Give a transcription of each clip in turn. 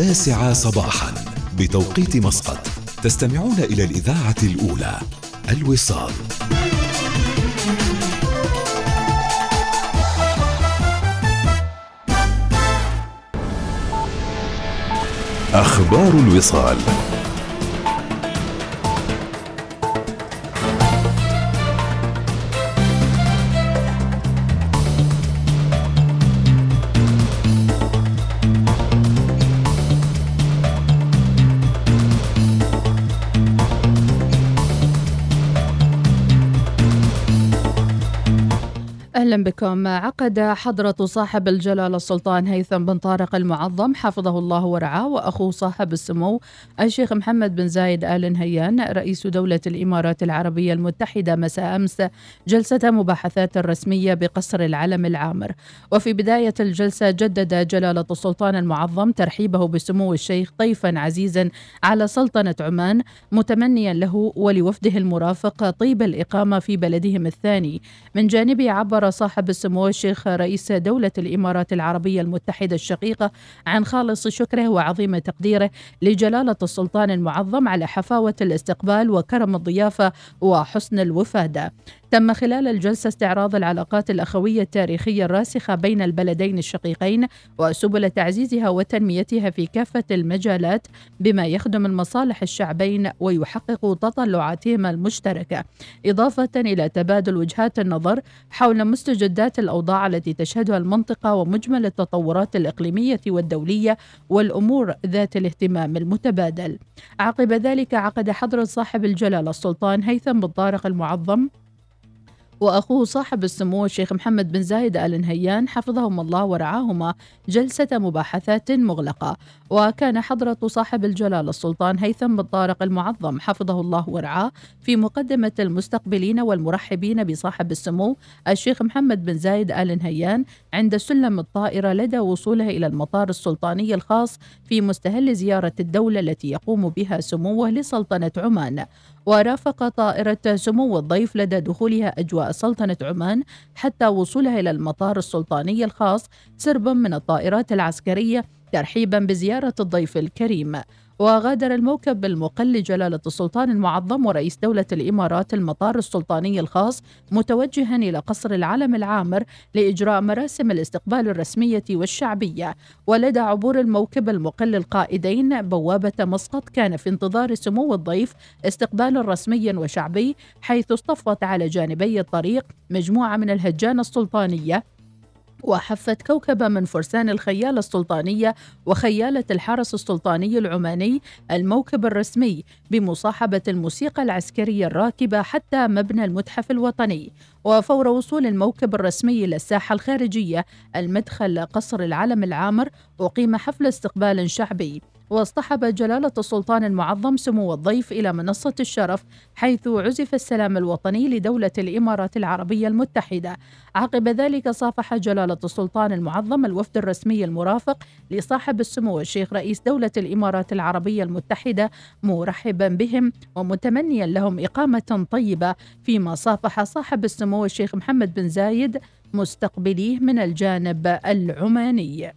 9 صباحا بتوقيت مسقط. تستمعون إلى الإذاعة الأولى الوصال. أخبار الوصال. أهلا بكم. عقد حضرة صاحب الجلالة السلطان هيثم بن طارق المعظم حفظه الله ورعاه وأخوه صاحب السمو الشيخ محمد بن زايد آل نهيان رئيس دولة الإمارات العربية المتحدة مساء أمس جلسة مباحثات رسمية بقصر العلم العامر. وفي بداية الجلسة جدد جلالة السلطان المعظم ترحيبه بسمو الشيخ ضيفا عزيزا على سلطنة عمان، متمنيا له ولوفده المرافق طيب الإقامة في بلدهم الثاني. من جانبه عبر صاحب السمو الشيخ رئيس دولة الإمارات العربية المتحدة الشقيقة عن خالص شكره وعظيم تقديره لجلالة السلطان المعظم على حفاوة الاستقبال وكرم الضيافة وحسن الوفادة. تم خلال الجلسة استعراض العلاقات الأخوية التاريخية الراسخة بين البلدين الشقيقين وسبل تعزيزها وتنميتها في كافة المجالات بما يخدم المصالح الشعبين ويحقق تطلعاتهما المشتركة، إضافة إلى تبادل وجهات النظر حول مستجدات الأوضاع التي تشهدها المنطقة ومجمل التطورات الإقليمية والدولية والأمور ذات الاهتمام المتبادل. عقب ذلك عقد حضرة صاحب الجلالة السلطان هيثم بن طارق المعظم وأخوه صاحب السمو الشيخ محمد بن زايد آل نهيان حفظهم الله ورعاهما جلسة مباحثات مغلقة. وكان حضرة صاحب الجلالة السلطان هيثم بن طارق المعظم حفظه الله ورعاه في مقدمة المستقبلين والمرحبين بصاحب السمو الشيخ محمد بن زايد آل نهيان عند سلم الطائرة لدى وصوله إلى المطار السلطاني الخاص في مستهل زيارة الدولة التي يقوم بها سموه لسلطنة عمان. ورافق طائرة سمو الضيف لدى دخولها أجواء سلطنة عمان حتى وصولها إلى المطار السلطاني الخاص سرب من الطائرات العسكرية ترحيبا بزيارة الضيف الكريم. وغادر الموكب المقل جلالة السلطان المعظم ورئيس دولة الإمارات المطار السلطاني الخاص متوجها إلى قصر العلم العامر لإجراء مراسم الاستقبال الرسمية والشعبية. ولدى عبور الموكب المقل القائدين بوابة مسقط كان في انتظار سمو الضيف استقبال رسمي وشعبي، حيث اصطفت على جانبي الطريق مجموعة من الهجان السلطانية وحفت كوكبة من فرسان الخيالة السلطانية وخيالة الحرس السلطاني العماني الموكب الرسمي بمصاحبة الموسيقى العسكرية الراكبة حتى مبنى المتحف الوطني. وفور وصول الموكب الرسمي إلى الساحة الخارجية المدخل قصر العلم العامر أقيم حفل استقبال شعبي، واصطحب جلالة السلطان المعظم سمو الضيف إلى منصة الشرف حيث عزف السلام الوطني لدولة الإمارات العربية المتحدة. عقب ذلك صافح جلالة السلطان المعظم الوفد الرسمي المرافق لصاحب السمو الشيخ رئيس دولة الإمارات العربية المتحدة مرحبا بهم ومتمنيا لهم إقامة طيبة، فيما صافح صاحب السمو الشيخ محمد بن زايد مستقبليه من الجانب العماني.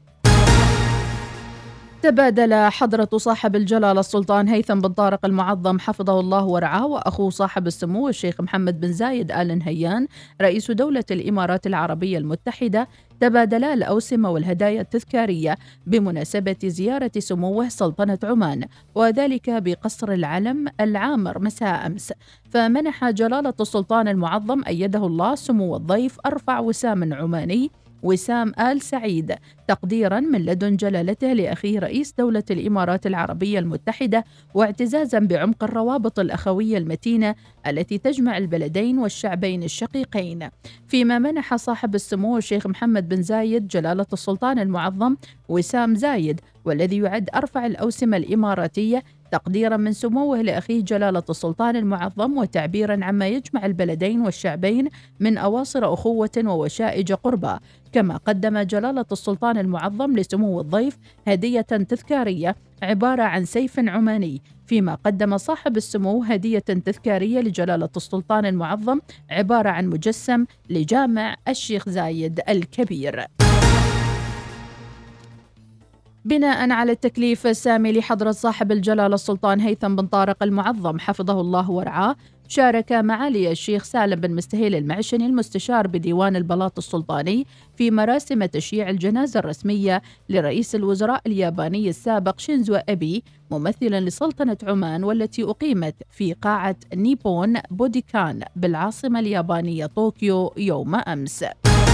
تبادل حضرة صاحب الجلالة السلطان هيثم بن طارق المعظم حفظه الله ورعاه وأخوه صاحب السمو الشيخ محمد بن زايد آل نهيان رئيس دولة الإمارات العربية المتحدة تبادلا الأوسمة والهدايا التذكارية بمناسبة زيارة سموه سلطنة عمان، وذلك بقصر العلم العامر مساء أمس. فمنح جلالة السلطان المعظم أيده الله سمو الضيف أرفع وسام عماني وسام آل سعيد تقديرا من لدن جلالته لأخيه رئيس دولة الإمارات العربية المتحدة، واعتزازا بعمق الروابط الأخوية المتينة التي تجمع البلدين والشعبين الشقيقين. فيما منح صاحب السمو الشيخ محمد بن زايد جلالة السلطان المعظم وسام زايد، والذي يعد أرفع الأوسمة الإماراتية تقديرا من سموه لأخيه جلالة السلطان المعظم وتعبيرا عما يجمع البلدين والشعبين من أواصر أخوة ووشائج قربى. كما قدم جلالة السلطان المعظم لسمو الضيف هدية تذكارية عبارة عن سيف عماني، فيما قدم صاحب السمو هدية تذكارية لجلالة السلطان المعظم عبارة عن مجسم لجامع الشيخ زايد الكبير. بناء على التكليف السامي لحضرة صاحب الجلالة السلطان هيثم بن طارق المعظم حفظه الله ورعاه، شارك معالي الشيخ سالم بن مستهيل المعشني المستشار بديوان البلاط السلطاني في مراسم تشييع الجنازة الرسمية لرئيس الوزراء الياباني السابق شينزو أبي ممثلا لسلطنة عمان، والتي أقيمت في قاعة نيبون بوديكان بالعاصمة اليابانية طوكيو يوم أمس.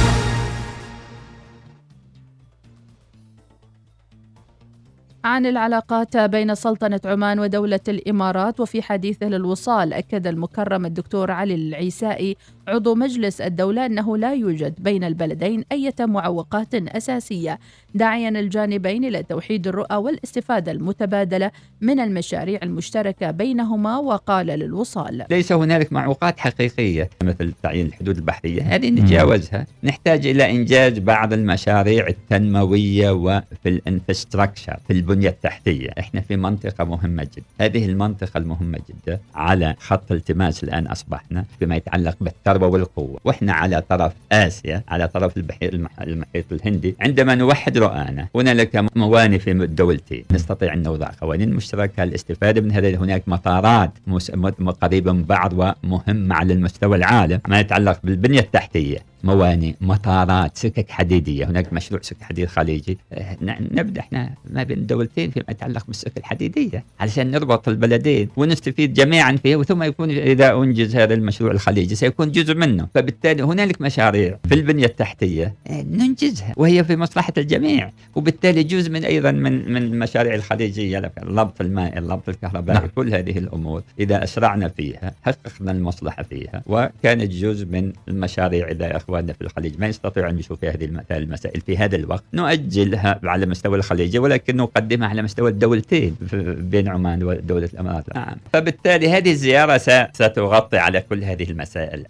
عن العلاقات بين سلطنة عمان ودولة الإمارات، وفي حديثه للوصال أكد المكرم الدكتور علي العيسائي عضو مجلس الدولة أنه لا يوجد بين البلدين أي معوقات أساسية، داعيا الجانبين إلى توحيد الرؤى والاستفادة المتبادلة من المشاريع المشتركة بينهما. وقال للوصال: ليس هنالك معوقات حقيقية مثل تعيين الحدود البحرية، هذه نتجاوزها. نحتاج إلى إنجاز بعض المشاريع التنموية وفي الانفستراكشر، في البنية التحتية. احنا في منطقة مهمة جدا، هذه المنطقة المهمة جدا على خط التماس الآن أصبحنا فيما يتعلق بالثروة والقوة، واحنا على طرف آسيا، على طرف المحيط الهندي. عندما نوحد رؤانا هنالك موانئ في الدولتين، نستطيع أن نوضع قوانين مشتركة للاستفادة من هذا. هناك مطارات قريبة من بعض ومهمة على المستوى العالم ما يتعلق بالبنية التحتية، موانئ، مطارات، سكك حديدية. هناك مشروع سكك حديد خليجي، نبدأ احنا ما بين الدولتين فيما يتعلق بالسكك الحديدية علشان نربط البلدين ونستفيد جميعا فيه، ثم يكون إذا أنجز هذا المشروع الخليجي سيكون جزء منه. فبالتالي هنالك مشاريع في البنية التحتية ننجزها وهي في مصلحة الجميع، وبالتالي جزء من أيضا من المشاريع الخليجية، الربط المائي، الربط الكهربائي، كل هذه الأمور إذا أسرعنا فيها حققنا المصلحة فيها، وكانت جزء من المشاريع. إذا أخواننا في الخليج ما يستطيعوا أن يشوفوا هذه المسائل في هذا الوقت، نؤجلها على مستوى الخليج ولكن نقدمها على مستوى الدولتين بين عمان ودولة الإمارات. فبالتالي هذه الزيارة ستغطي على كل هذه المسائل.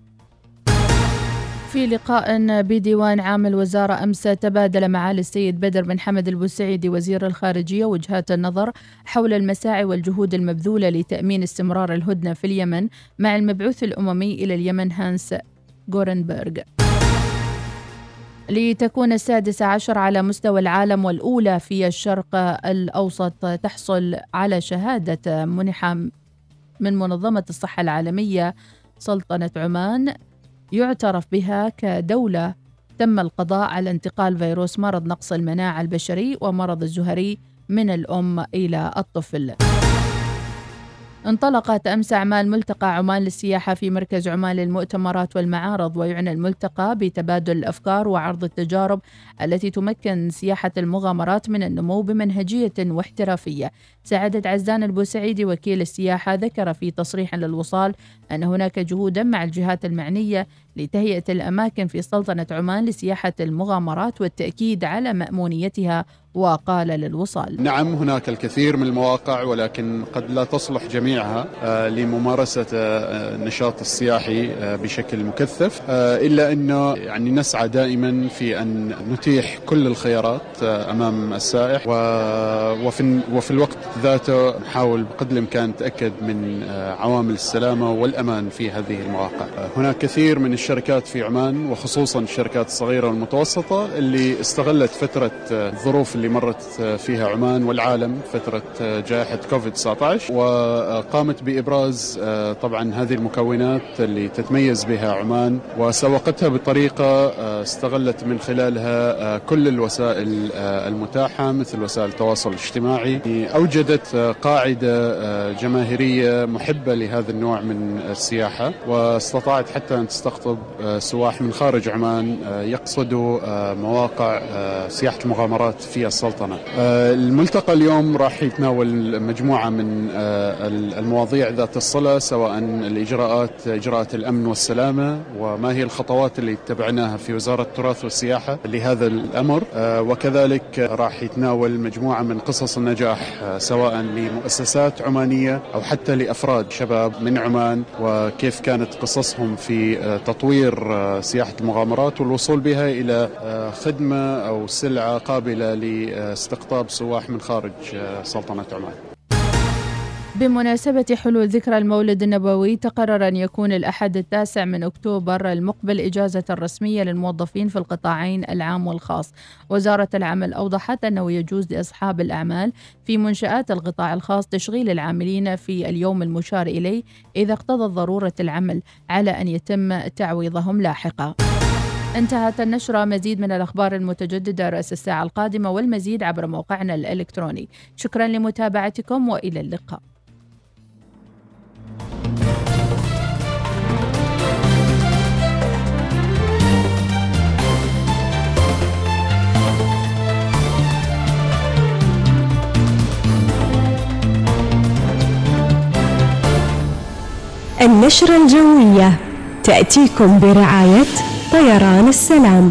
في لقاء بديوان عام الوزارة أمس، تبادل معالي السيد بدر بن حمد البوسعيدي وزير الخارجية وجهات النظر حول المساعي والجهود المبذولة لتأمين استمرار الهدنة في اليمن مع المبعوث الأممي إلى اليمن هانس غورنبرغ، لتكون 16 على مستوى العالم والأولى في الشرق الأوسط تحصل على شهادة منحة من منظمة الصحة العالمية. سلطنة عمان يعترف بها كدولة تم القضاء على انتقال فيروس مرض نقص المناعة البشري ومرض الزهري من الأم إلى الطفل. انطلقت أمس أعمال ملتقى عمان للسياحة في مركز عمان للمؤتمرات والمعارض، ويعنى الملتقى بتبادل الأفكار وعرض التجارب التي تمكن سياحة المغامرات من النمو بمنهجية واحترافية. سعادة عزان البوسعيدي وكيل السياحة ذكر في تصريح للوصال أن هناك جهودا مع الجهات المعنية لتهيئة الأماكن في سلطنة عمان لسياحة المغامرات والتأكيد على مأمونيتها. وقال للوصال: نعم، هناك الكثير من المواقع ولكن قد لا تصلح جميعها لممارسة النشاط السياحي بشكل مكثف، إلا أنه يعني نسعى دائما في أن نتيح كل الخيارات أمام السائح، وفي الوقت ذاته نحاول بقدر الإمكان نتأكد من عوامل السلامة والأمان في هذه المواقع. هناك كثير من الشركات في عمان وخصوصا الشركات الصغيرة والمتوسطة اللي استغلت فترة الظروف اللي مرت فيها عمان والعالم، فترة جائحة كوفيد-19، وقامت بإبراز طبعا هذه المكونات اللي تتميز بها عمان وسوقتها بطريقة استغلت من خلالها كل الوسائل المتاحة مثل وسائل التواصل الاجتماعي. أوجدت قاعدة جماهيرية محبة لهذا النوع من السياحة، واستطاعت حتى أن تستقطب سواح من خارج عمان يقصدوا مواقع سياحة المغامرات في السلطنة. الملتقى اليوم راح يتناول مجموعة من المواضيع ذات الصلة، سواء إجراءات الأمن والسلامة وما هي الخطوات اللي اتبعناها في وزارة التراث والسياحة لهذا الأمر، وكذلك راح يتناول مجموعة من قصص النجاح سواء لمؤسسات عمانية أو حتى لأفراد شباب من عمان، وكيف كانت قصصهم في تطوير سياحة المغامرات والوصول بها إلى خدمة أو سلعة قابلة لاستقطاب سواح من خارج سلطنة عمان. بمناسبة حلول ذكرى المولد النبوي، تقرر أن يكون الأحد 9 من أكتوبر المقبل إجازة رسمية للموظفين في القطاعين العام والخاص. وزارة العمل أوضحت أنه يجوز لأصحاب الأعمال في منشآت القطاع الخاص تشغيل العاملين في اليوم المشار إليه إذا اقتضت ضرورة العمل، على أن يتم تعويضهم لاحقا. انتهت النشرة. مزيد من الأخبار المتجددة رأس الساعة القادمة والمزيد عبر موقعنا الإلكتروني. شكرا لمتابعتكم وإلى اللقاء. النشرة الجوية تأتيكم برعاية طيران السلام.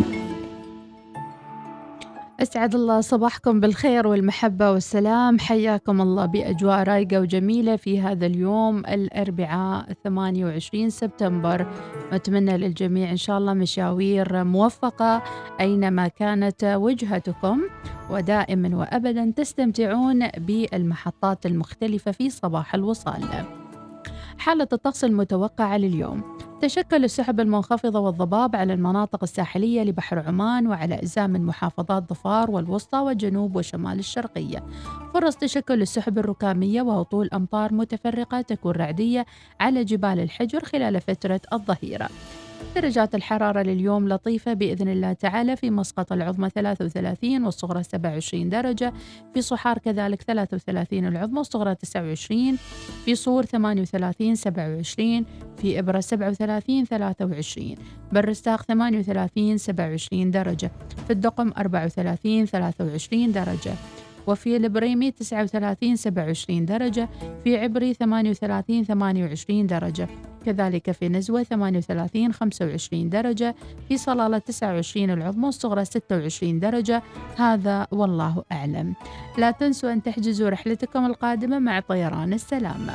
أسعد الله صباحكم بالخير والمحبة والسلام. حياكم الله بأجواء رايقة وجميلة في هذا اليوم الأربعاء 28 سبتمبر. نتمنى للجميع إن شاء الله مشاوير موفقة أينما كانت وجهتكم، ودائما وأبدا تستمتعون بالمحطات المختلفة في صباح الوصال. حالة الطقس المتوقعة لليوم: تشكل السحب المنخفضة والضباب على المناطق الساحلية لبحر عمان وعلى أجزاء من محافظات ظفار والوسطى والجنوب وشمال الشرقية. فرص تشكل السحب الركامية وهطول أمطار متفرقة تكون رعدية على جبال الحجر خلال فترة الظهيرة. درجات الحرارة لليوم لطيفة بإذن الله تعالى. في مسقط العظمى 33 والصغرى 27 درجة، في صحار كذلك 33 العظمى والصغرى 29، في صور 38 27، في إبرة 37 23، بالرستاق 38 27 درجة، في الدقم 34 23 درجة، وفي البريمي 39 27 درجة، في عبري 38 28 درجة، كذلك في نزوة 38 25 درجة، في صلالة 29 العظمى والصغرى 26 درجة. هذا والله أعلم. لا تنسوا أن تحجزوا رحلتكم القادمة مع طيران السلام.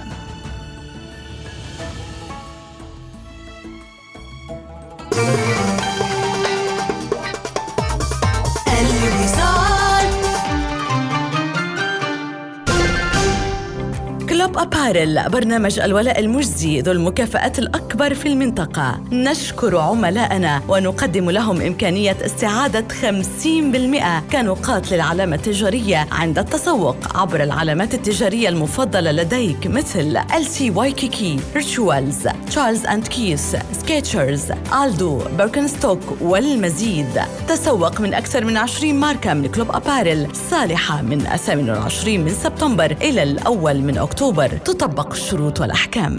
كلوب أبارل، برنامج الولاء المجزي ذو المكافآت الأكبر في المنطقة. نشكر عملائنا ونقدم لهم إمكانية استعادة 50% كنقاط للعلامة التجارية عند التسوق عبر العلامات التجارية المفضلة لديك مثل LC وايكيكي، ريتشوالز، تشارلز أند كيس، سكيتشرز، ألدو، بيركنستوك والمزيد. تسوق من أكثر من 20 ماركة من كلوب أبارل صالحة من 28 من سبتمبر إلى الأول من أكتوبر. تطبق الشروط والأحكام.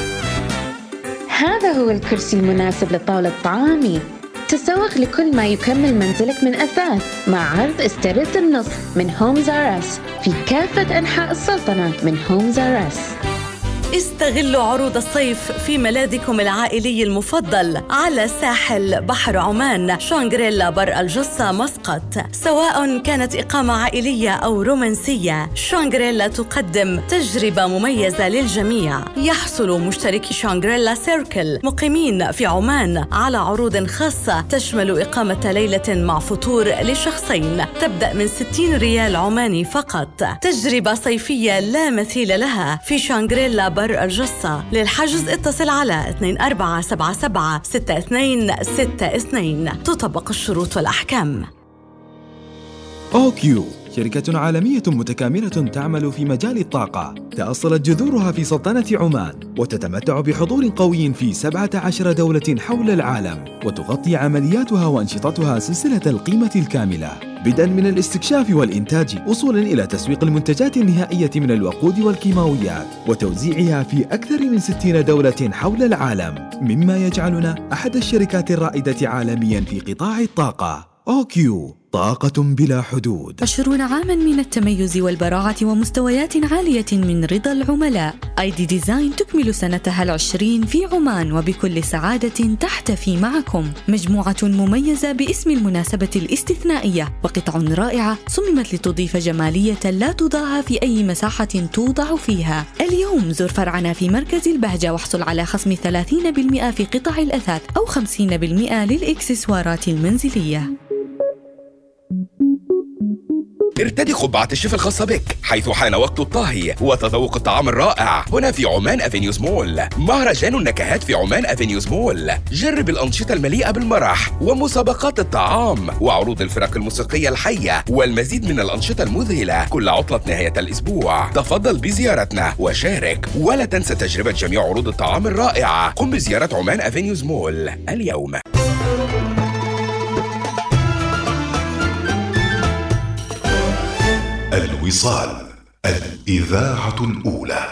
هذا هو الكرسي المناسب لطاولة طعامي. تسوق لكل ما يكمل منزلك من أثاث مع عرض استرد النصف من هومز آر أس في كافة أنحاء السلطنة من هومز آر أس. استغلوا عروض الصيف في ملاذكم العائلي المفضل على ساحل بحر عمان شانغريلا بر الجصة مسقط. سواء كانت إقامة عائلية أو رومانسية، شانغريلا تقدم تجربة مميزة للجميع. يحصل مشتركي شانغريلا سيركل مقيمين في عمان على عروض خاصة تشمل إقامة ليلة مع فطور لشخصين تبدأ من 60 ريال عماني فقط. تجربة صيفية لا مثيل لها في شانغريلا بر الجصة. للحجز اتصل على 24776262. تطبق الشروط والأحكام. OQ شركة عالمية متكاملة تعمل في مجال الطاقة، تأصلت جذورها في سلطنة عمان وتتمتع بحضور قوي في 17 دولة حول العالم، وتغطي عملياتها وأنشطتها سلسلة القيمة الكاملة، بدءا من الاستكشاف والإنتاج وصولا إلى تسويق المنتجات النهائية من الوقود والكيماويات وتوزيعها في أكثر من 60 دولة حول العالم، مما يجعلنا أحد الشركات الرائدة عالميا في قطاع الطاقة. OQ، طاقة بلا حدود. 20 عاماً من التميز والبراعة ومستويات عالية من رضا العملاء. ID Design تكمل سنتها 20 في عمان وبكل سعادة تحتفي معكم. مجموعة مميزة باسم المناسبة الاستثنائية، وقطع رائعة صممت لتضيف جمالية لا تضاهى في أي مساحة توضع فيها. اليوم زر فرعنا في مركز البهجة واحصل على خصم 30% في قطع الأثاث أو 50% للإكسسوارات المنزلية. ارتدي قبعة الشيف الخاصة بك، حيث حان وقت الطهي وتذوق الطعام الرائع هنا في عمان أفينيوز مول. مهرجان النكهات في عمان أفينيوز مول. جرب الأنشطة المليئة بالمرح ومسابقات الطعام وعروض الفرق الموسيقية الحية والمزيد من الأنشطة المذهلة كل عطلة نهاية الأسبوع. تفضل بزيارتنا وشارك، ولا تنسى تجربة جميع عروض الطعام الرائعة. قم بزيارة عمان أفينيوز مول اليوم. الوصال، الإذاعة الأولى.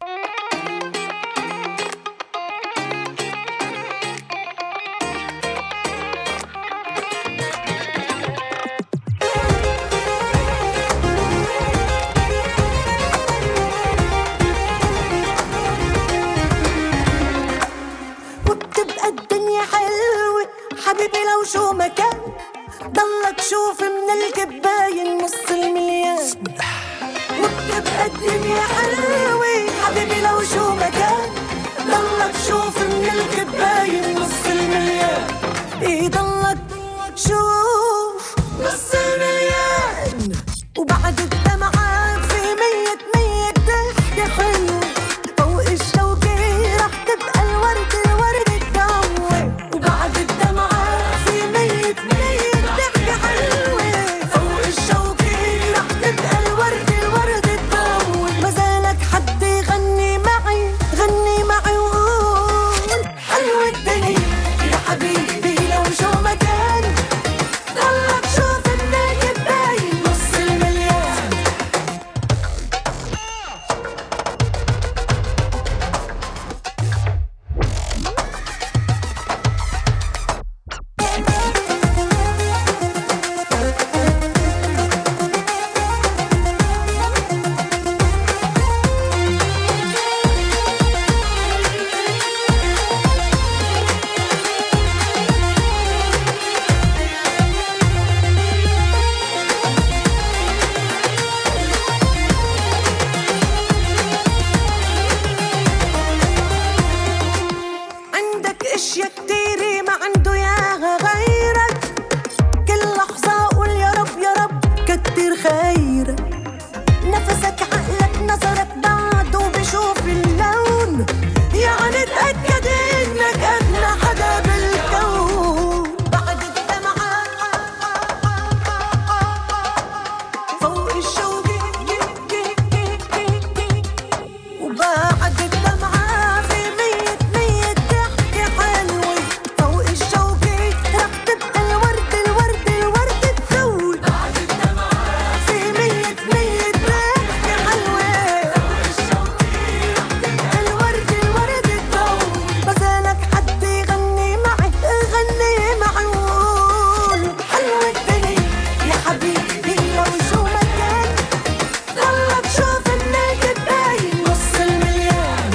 وبتبقى الدنيا حلوة حبيبي لو شو مكان ضلك شوف من الكباية نص المليان. وبتبقى الدنيا حلوة حبيبي لو شو مكان ضلك شوف من الكباية نص المليان. ايه ضلك شوف نص المليان. وبعد الدمعات في مية ضحكة حلوة فوق الشوكة رح تبقى الورد الضوي. وبعد الدمعات في مية ضحكة حلوة فوق الشوكة رح تبقى الورد الضوي. مازالك حد غني معي وقول حلوة الدنيا يا حبيبي لو شو مكان ضلك شوف منك باين نص المليان. عندك اشياء كتيرة ما عنده ياها غيرك. كل لحظة قول يا رب كتر خيرك. نفسك عقلك نظرك بعده بشوف اللون، يعني تأكد انك أغنى حدا بالكون. بعد الدمعة فوق الشوق وبعد الدمعة في مية ضحكة حلوة فوق الشوكة رح تبقى الورد الضوي. بعد الدمعة في مية ضحكة حلوة فوق الشوكة رح تبقى الورد الضوي. مازالك حد يغني معي وقول حلوة الدنيا يا حبيبي لو شو مكان ضلك شوف منك باين نص المليان.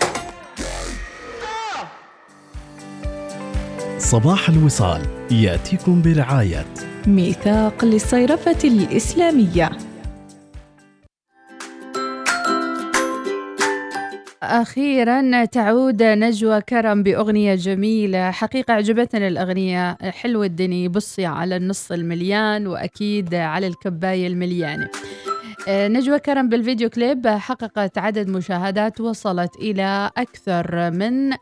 صباح الوصال ياتيكم برعاية ميثاق للصيرفة الإسلامية. أخيرا تعود نجوى كرم بأغنية جميلة. حقيقة عجبتنا الأغنية، حلوة الدنيا، بصي على النص المليان وأكيد على الكباية المليانة. نجوى كرم بالفيديو كليب حققت عدد مشاهدات وصلت إلى أكثر من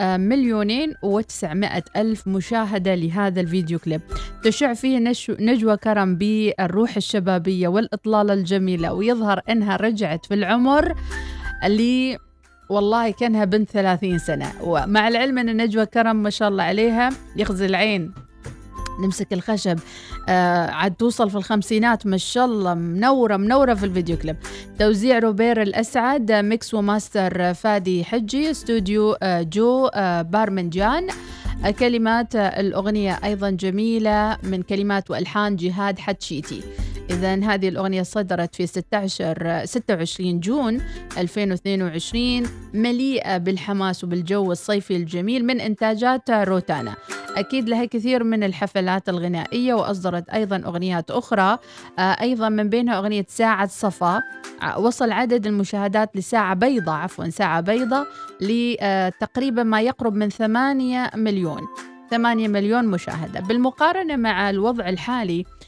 2,900,000 مشاهدة لهذا الفيديو كليب. تشع فيه نجوى كرم بالروح الشبابية والإطلالة الجميلة، ويظهر أنها رجعت في العمر اللي والله كانها بنت 30 سنة. ومع العلم أن نجوى كرم ما شاء الله عليها يخزي العين، نمسك الخشب عاد توصل في الخمسينات ما شاء الله، منورة في الفيديو كليب. توزيع روبير الأسعد، ميكس وماستر فادي حجي، استوديو جو بارمنجان. كلمات الأغنية أيضا جميلة من كلمات وألحان جهاد حتشيتي. إذن هذه الأغنية صدرت في 26 جون 2022، مليئة بالحماس وبالجو الصيفي الجميل من إنتاجات روتانا. أكيد لها كثير من الحفلات الغنائية، وأصدرت أيضا أغنيات أخرى، أيضا من بينها أغنية ساعة صفا. وصل عدد المشاهدات ساعة بيضة لتقريبا ما يقرب من 8 مليون مشاهدة. بالمقارنة مع الوضع الحالي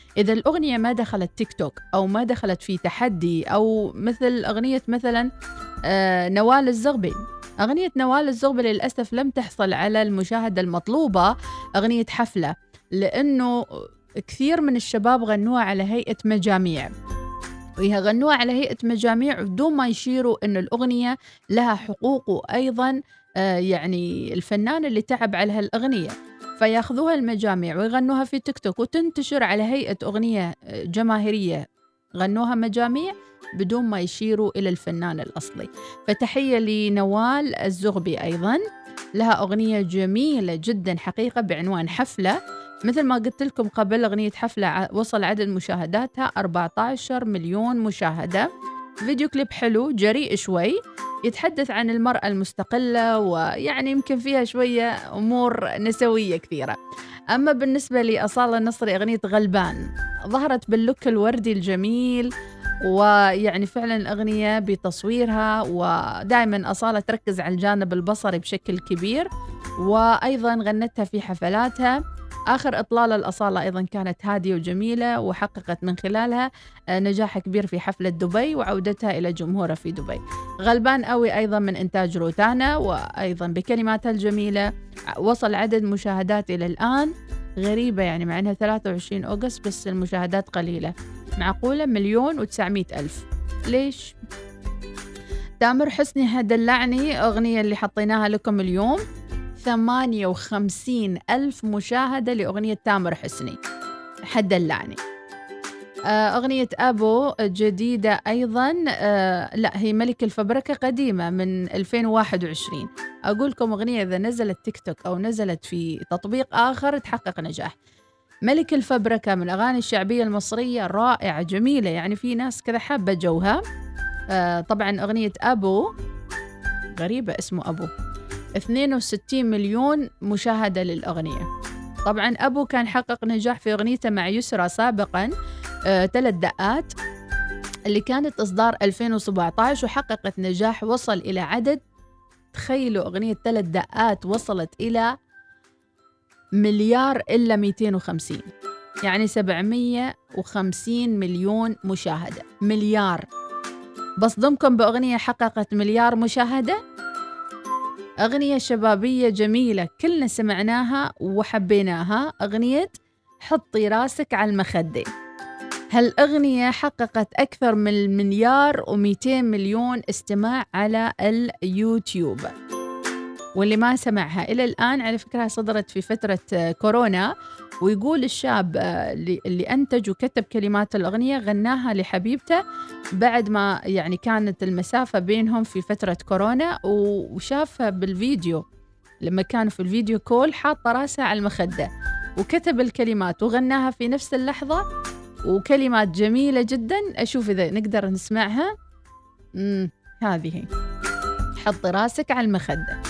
إذا الأغنية ما دخلت تيك توك أو ما دخلت في تحدي، أو مثل أغنية مثلا نوال الزغبي. أغنية نوال الزغبي للأسف لم تحصل على المشاهدة المطلوبة، أغنية حفلة، لأنه كثير من الشباب غنوها على هيئة مجاميع، ويغنوها على هيئة مجاميع بدون ما يشيروا أن الأغنية لها حقوق، وأيضا يعني الفنان اللي تعب على هالأغنية، فياخذوها المجاميع ويغنوها في تيك توك وتنتشر على هيئة أغنية جماهيرية، غنوها مجاميع بدون ما يشيروا إلى الفنان الأصلي. فتحية لنوال الزغبي، أيضا لها أغنية جميلة جدا حقيقة بعنوان حفلة. مثل ما قلت لكم قبل، أغنية حفلة وصل عدد مشاهداتها 14 مليون مشاهدة. فيديو كليب حلو جريء شوي، يتحدث عن المرأة المستقلة، ويعني يمكن فيها شوية أمور نسوية كثيرة. أما بالنسبة لأصالة النصري، أغنية غلبان ظهرت باللوك الوردي الجميل، ويعني فعلا الأغنية بتصويرها، ودائما أصالة تركز على الجانب البصري بشكل كبير، وأيضا غنتها في حفلاتها. آخر إطلالة الأصالة أيضا كانت هادية وجميلة، وحققت من خلالها نجاح كبير في حفلة دبي وعودتها إلى جمهورها في دبي. غلبان قوي أيضا من إنتاج روتانا، وأيضا بكلماتها الجميلة وصل عدد مشاهدات إلى الآن غريبة، يعني مع أنها 23 أغسطس بس المشاهدات قليلة، معقولة 1,900,000. ليش؟ تامر حسني هدلعني، أغنية اللي حطيناها لكم اليوم 58,000 مشاهدة لأغنية تامر حسني هدلعني. أغنية أبو جديدة أيضا، لا هي ملك الفبركة قديمة من 2021. أقولكم أغنية إذا نزلت تيك توك أو نزلت في تطبيق آخر تحقق نجاح. ملك الفبركة من الأغاني الشعبية المصرية رائعة جميلة، يعني في ناس كذا حابة جوها. طبعا أغنية أبو غريبة، اسمه أبو، 62 مليون مشاهدة للأغنية. طبعا أبو كان حقق نجاح في أغنيته مع يسرى سابقا 3 دقات اللي كانت إصدار 2017، وحققت نجاح وصل إلى عدد، تخيلوا أغنية 3 دقات وصلت إلى مليار إلا 250، يعني 750 مليون مشاهدة. مليار، بصدمكم بأغنية حققت مليار مشاهدة. أغنية شبابية جميلة كلنا سمعناها وحبيناها، أغنية حطي راسك على المخدة. هالأغنية حققت أكثر من 1,200,000,000 استماع على اليوتيوب، واللي ما سمعها إلى الآن على فكرة صدرت في فترة كورونا. ويقول الشاب اللي أنتج وكتب كلمات الأغنية غناها لحبيبته بعد ما يعني كانت المسافة بينهم في فترة كورونا، وشافها بالفيديو لما كان في الفيديو كول حاطة راسها على المخدة، وكتب الكلمات وغناها في نفس اللحظة، وكلمات جميلة جدا. أشوف إذا نقدر نسمعها. هذه حطي راسك على المخدة،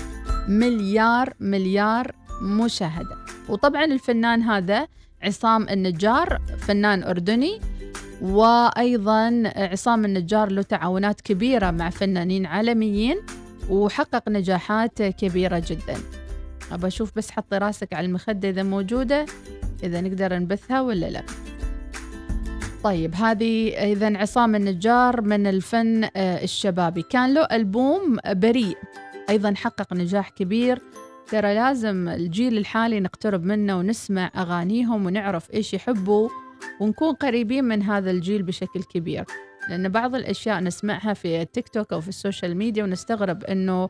مليار مشاهدة. وطبعا الفنان هذا عصام النجار فنان أردني، وأيضا عصام النجار له تعاونات كبيرة مع فنانين عالميين وحقق نجاحات كبيرة جدا. أبى أشوف بس حطي راسك على المخدة إذا موجودة، إذا نقدر نبثها ولا لا. طيب هذه إذن عصام النجار من الفن الشبابي. كان له ألبوم بريء أيضا حقق نجاح كبير. ترى لازم الجيل الحالي نقترب منه ونسمع أغانيهم ونعرف إيش يحبوا ونكون قريبين من هذا الجيل بشكل كبير، لأن بعض الأشياء نسمعها في التيك توك أو في السوشيال ميديا ونستغرب إنه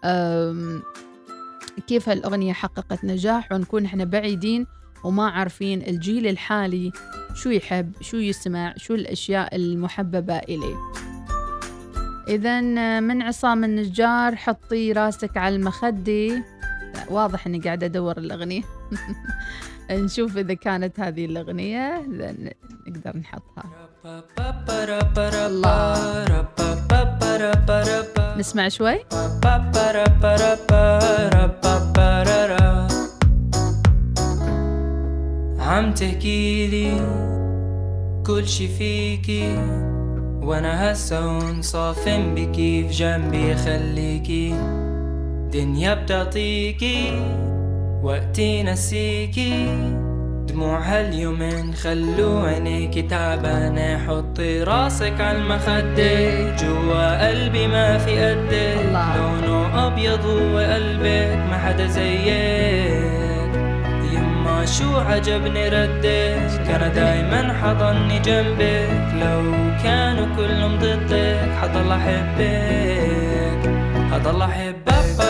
كيف هالأغنية حققت نجاح، ونكون إحنا بعيدين وما عارفين الجيل الحالي شو يحب، شو يسمع، شو الأشياء المحببة إليه. إذن من عصام النجار حطي راسك على المخدة. واضح أني قاعدة أدور الأغنية. نشوف إذا كانت هذه الأغنية نقدر نحطها. الله. نسمع شوي. عم تحكيلي كل شي فيكي، وانا هسه هون صافن بكي في جنبي خليكي، دنيا بتعطيكي وقتي نسيكي، دموع هاليومين خلو عينيكي تعبانة. حطي راسك عالمخدة، جوا قلبي ما في قدك، لونه أبيض وقلبك ما حدا زيك. يما شو عجبني ردك، كان دايما حضني جنبك، لو كانوا كلهم ضدك حضل أحبك، حضل أحبك.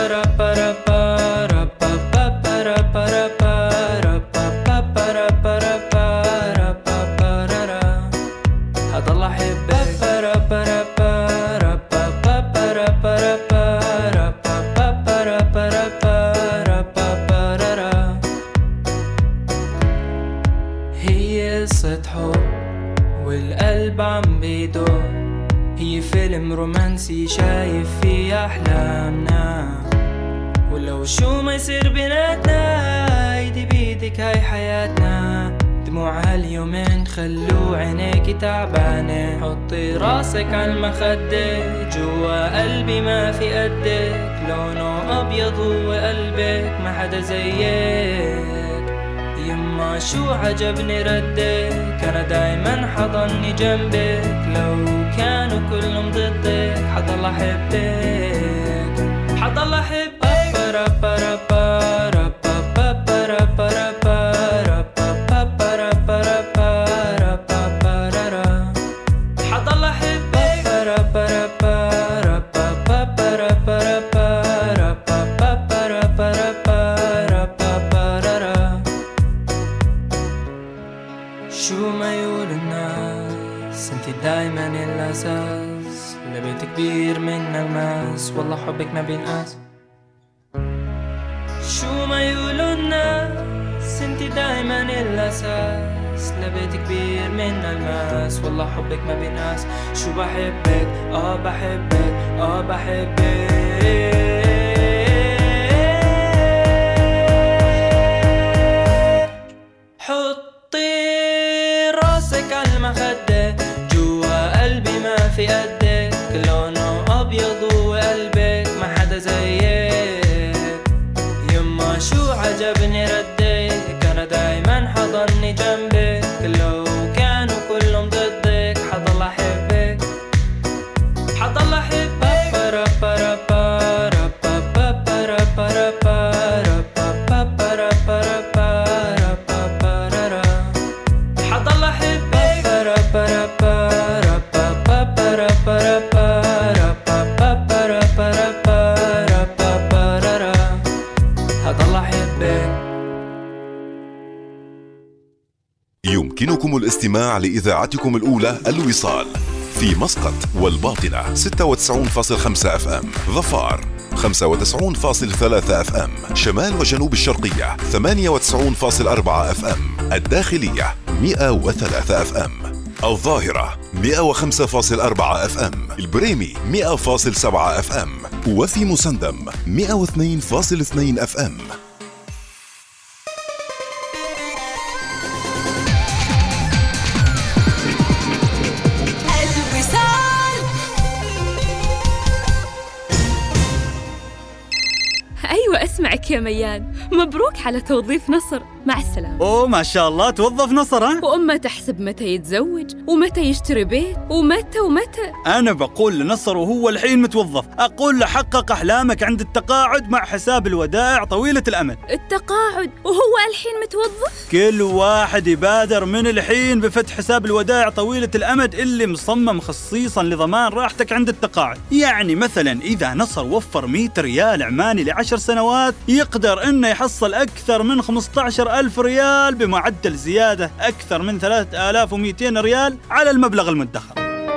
حضل أحبك. هي قصة حب والقلب عم بيدق، هي فيلم رومانسي شايف فيه أحلامنا، ولو شو ما يصير بيناتنا ايدي بيدك هاي حياتنا. دموع هاليومين خلو عينيكي تعبانة، حطي راسك عالمخدة، جوا قلبي ما في قدك، لونه أبيض وقلبك ما حدا زيك. يما شو عجبني ردك، كان دايما حضني جنبك، لو كانوا كلهم ضدك حضل أحبك، حضل أحبك. شو ما يقول الناس انتي دايما الأساس، لبيت كبير من الماس والله حبك ما بينقاس. شو ما يقولوا الناس انتي دايما الأساس، لبيت كبير من الماس والله حبك ما بينقاس. شو بحبك بحبك بحبك. حطي راسك عالمخدة، جوا قلبي ما في قدك، لونه أبيض وقلبك ما حدا زيك. يما شو عجبني ردك، كان دايما حضني جنبك، لو كانوا كلهم ضدك حضل أحبك، حضل أحبك. يمكنكم الاستماع لإذاعتكم الأولى الوصال في مسقط والباطنة 96.5 FM، ظفار 95.3 FM، شمال وجنوب الشرقية 98.4 FM، الداخلية 103 FM، الظاهرة 105.4 FM، البريمي 100.7 FM، وفي مسندم 102.2 FM. أيوة أسمعك يا ميان، مبروك على توظيف نصر، مع السلامة. أوه ما شاء الله توظف نصر ها؟ وأمه تحسب متى يتزوج ومتى يشتري بيت ومتى. أنا بقول لنصر وهو الحين متوظف، أقول له حقق أحلامك عند التقاعد مع حساب الودائع طويلة الأمد. التقاعد وهو الحين متوظف؟ كل واحد يبادر من الحين بفتح حساب الودائع طويلة الأمد اللي مصمم خصيصا لضمان راحتك عند التقاعد. يعني مثلا إذا نصر وفر 100 ريال عماني ل10 سنوات، يقدر إنه يحصل أكثر من 15,000 ريال بمعدل زيادة أكثر من 3200 ريال على المبلغ المدخر.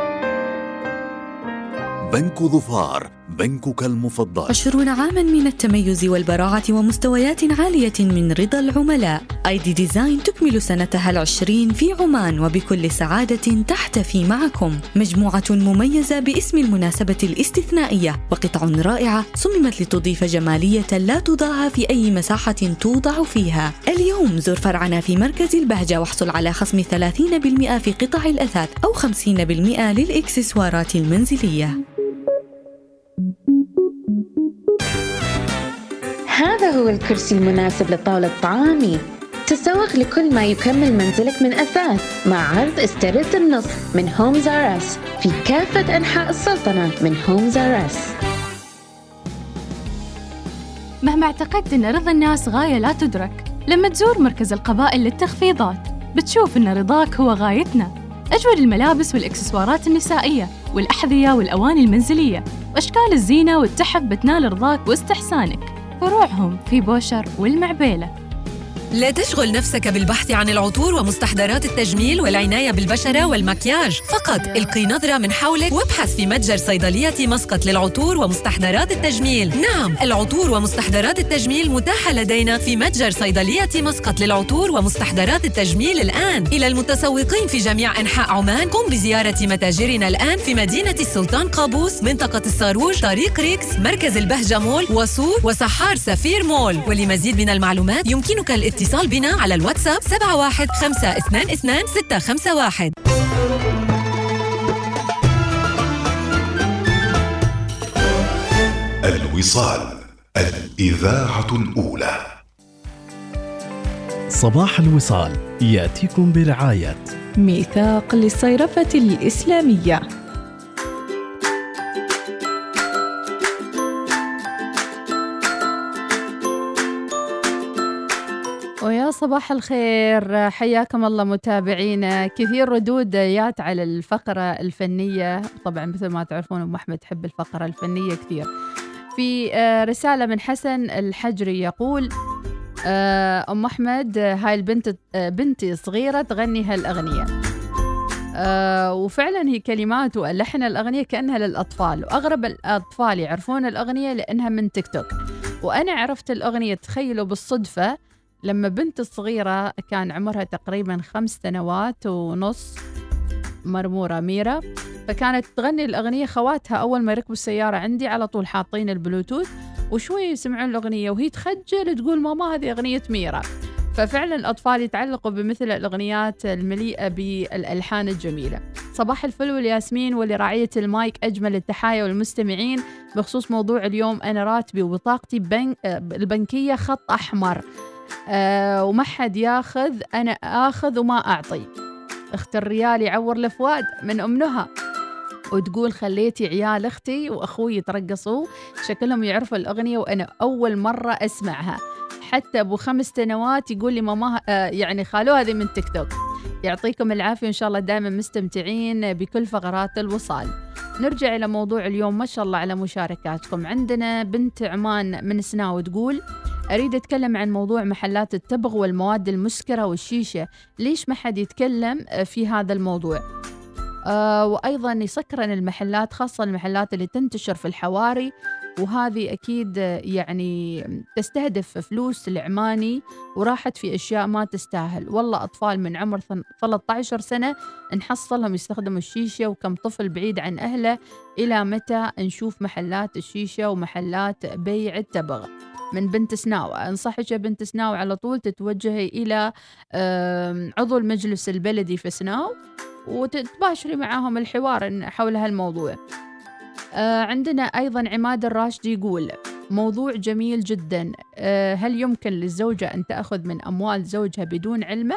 بنك ظفار، بنكك المفضل. 20 عاماً من التميز والبراعة ومستويات عالية من رضا العملاء. ايدي ديزاين تكمل سنتها 20 في عمان، وبكل سعادة تحتفي معكم مجموعة مميزة باسم المناسبة الاستثنائية، وقطع رائعة صممت لتضيف جمالية لا تضاهى في أي مساحة توضع فيها. اليوم زر فرعنا في مركز البهجة واحصل على خصم 30% في قطع الأثاث أو 50% للإكسسوارات المنزلية. هذا هو الكرسي المناسب لطاولة طعامي. تسوق لكل ما يكمل منزلك من أثاث مع عرض استرد النص من هومز آر أس في كافة أنحاء السلطنة من هومز آر أس. مهما اعتقدت أن رضا الناس غاية لا تدرك، لما تزور مركز القبائل للتخفيضات بتشوف أن رضاك هو غايتنا. أجود الملابس والإكسسوارات النسائية والأحذية والأواني المنزلية وأشكال الزينة والتحف بتنال رضاك واستحسانك. فروعهم في بوشر والمعبيلة. لا تشغل نفسك بالبحث عن العطور ومستحضرات التجميل والعناية بالبشرة والمكياج، فقط القي نظرة من حولك وابحث في متجر صيدلية مسقط للعطور ومستحضرات التجميل. نعم، العطور ومستحضرات التجميل متاحة لدينا في متجر صيدلية مسقط للعطور ومستحضرات التجميل الآن. إلى المتسوقين في جميع أنحاء عمان، قم بزيارة متاجرنا الآن في مدينة السلطان قابوس، منطقة الصاروج، طريق ريكس، مركز البهجة مول، وصور، وسحار سفير مول. ولمزيد من المعلومات يمكنك الاتصال بنا على الواتساب 71522651. الوصال، الإذاعة الأولى. صباح الوصال يأتيكم برعاية ميثاق للصيرفة الإسلامية. ويا صباح الخير، حياكم الله متابعينا. كثير ردود جات على الفقرة الفنية، طبعا مثل ما تعرفون أم أحمد تحب الفقرة الفنية كثير. في رسالة من حسن الحجري يقول: أم أحمد، هاي البنت بنتي صغيرة تغني هالأغنية، وفعلا هي كلمات ولحن الأغنية كأنها للأطفال، وأغرب الأطفال يعرفون الأغنية لأنها من تيك توك. وأنا عرفت الأغنية، تخيلوا بالصدفة، لما بنت الصغيرة كان عمرها تقريبا 5 سنوات ونص، مرمورة ميرا، فكانت تغني الأغنية. خواتها أول ما يركبوا السيارة عندي على طول حاطين البلوتوث وشوي يسمعون الأغنية وهي تخجل تقول ماما هذه أغنية ميرا. ففعلا الأطفال يتعلقوا بمثل الأغنيات المليئة بالألحان الجميلة. صباح الفل والياسمين ولراعية المايك، أجمل التحايا والمستمعين. بخصوص موضوع اليوم، أنا راتبي وبطاقتي البنكية خط أحمر، وما حد ياخذ، أنا آخذ وما أعطي. أخت الريال يعور الفؤاد من أم نهى، وتقول خليتي عيال أختي وأخوي يترقصوا، شكلهم يعرفوا الأغنية وأنا أول مرة أسمعها. حتى أبو 5 سنوات يقول لي ماما يعني خالو هذه من تيك توك. يعطيكم العافية، إن شاء الله دائما مستمتعين بكل فقرات الوصال. نرجع إلى موضوع اليوم. ما شاء الله على مشاركاتكم. عندنا بنت عمان من سناو تقول: أريد أتكلم عن موضوع محلات التبغ والمواد المسكرة والشيشة، ليش ما حد يتكلم في هذا الموضوع؟ وأيضا يسكرن المحلات، خاصة المحلات اللي تنتشر في الحواري، وهذه أكيد يعني تستهدف فلوس العماني وراحت في أشياء ما تستاهل. والله أطفال من عمر 13 سنة نحصلهم يستخدموا الشيشة، وكم طفل بعيد عن أهله. إلى متى نشوف محلات الشيشة ومحلات بيع التبغ؟ من بنت سناو. أنصحك يا بنت سناو على طول تتوجهي إلى عضو المجلس البلدي في سناو وتتباشري معاهم الحوار حول هالموضوع. عندنا أيضا عماد الراشدي يقول: موضوع جميل جدا، هل يمكن للزوجة أن تأخذ من أموال زوجها بدون علمه؟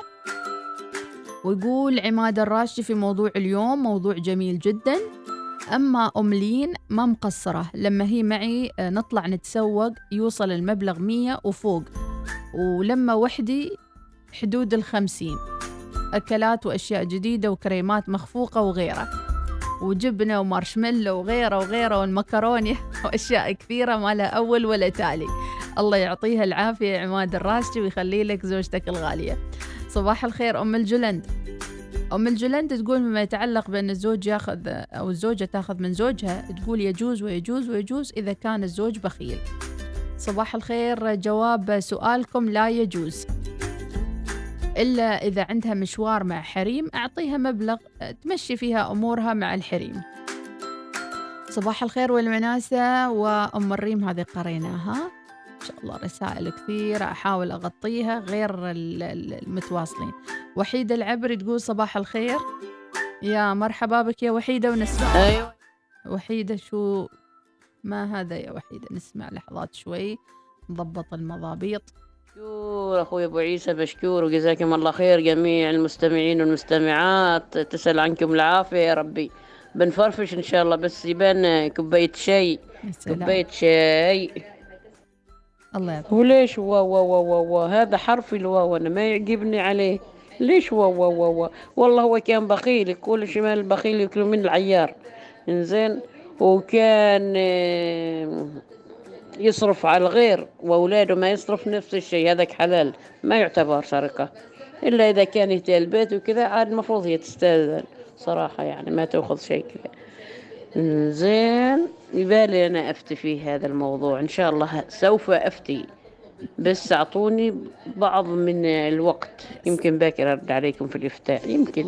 ويقول عماد الراشدي في موضوع اليوم: موضوع جميل جدا، أما أم لين ما مقصرة، لما هي معي نطلع نتسوق يوصل المبلغ 100 وفوق، ولما وحدي حدود 50، أكلات وأشياء جديدة وكريمات مخفوقة وغيره، وجبنة ومارشميلو وغيره وغيره، والمكرونة وأشياء كثيرة ما لها أول ولا تالي. الله يعطيها العافية يا عماد الراشدي ويخلي لك زوجتك الغالية. صباح الخير أم الجلند. أم الجلند تقول: مما يتعلق بأن الزوج ياخذ أو الزوجة تاخذ من زوجها، تقول يجوز ويجوز ويجوز إذا كان الزوج بخيل. صباح الخير، جواب سؤالكم: لا يجوز، إلا إذا عندها مشوار مع حريم، أعطيها مبلغ تمشي فيها أمورها مع الحريم. صباح الخير والمناسة وأم الريم، هذه قريناها إن شاء الله، رسائل كثيرة أحاول أغطيها غير المتواصلين. وحيدة العبري تقول: صباح الخير، يا مرحبا بك يا وحيدة ونسمع. أيوة وحيدة، شو ما هذا يا وحيدة؟ نسمع لحظات شوي نضبط المضابيط. مشكور أخوي أبو عيسى، مشكور، وجزاكم الله خير جميع المستمعين والمستمعات. تسأل عنكم العافية يا ربي. بنفرفش إن شاء الله، بس يبان كوباية شاي. كوباية شاي. الله يعطيك. وليش واو هذا حرف الواو أنا ما يعجبني عليه. ليش واو والله هو كان بخيل، يقول شمال البخيل يأكل من العيار. إنزين، وكان يصرف على الغير وأولاده ما يصرف نفس الشيء. هذاك حلال، ما يعتبر سرقة إلا إذا كان يهتي البيت وكذا. عاد المفروض هي تستأذن صراحة، يعني ما تأخذ شيء كذا. زين، يبالي أنا أفتي في هذا الموضوع إن شاء الله، سوف أفتي، بس أعطوني بعض من الوقت، يمكن باكر أرد عليكم في الإفتاء يمكن.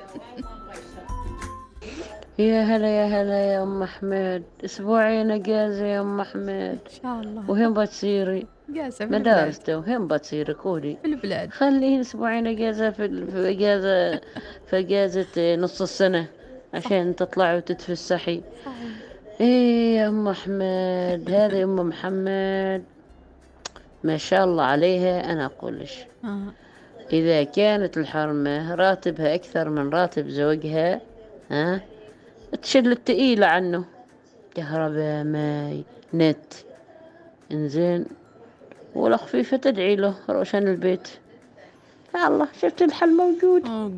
يا هلا يا أم أحمد، أسبوعين أجازة يا أم أحمد إن شاء الله. وهم بتصيري؟ إجازة مدارسته وهم بتصيري قولي في البلاد. خليه أسبوعين أجازة في أجازة نص السنة عشان تطلعي وتتفسحي. إيه يا أم أحمد، هذه أم محمد ما شاء الله عليها. أنا أقولش إذا كانت الحرمة راتبها أكثر من راتب زوجها، تشل التقيلة عنه، كهرباء ماي نت. إنزين، والخفيفة تدعي له روشان البيت. يا الله، شفت الحل موجود.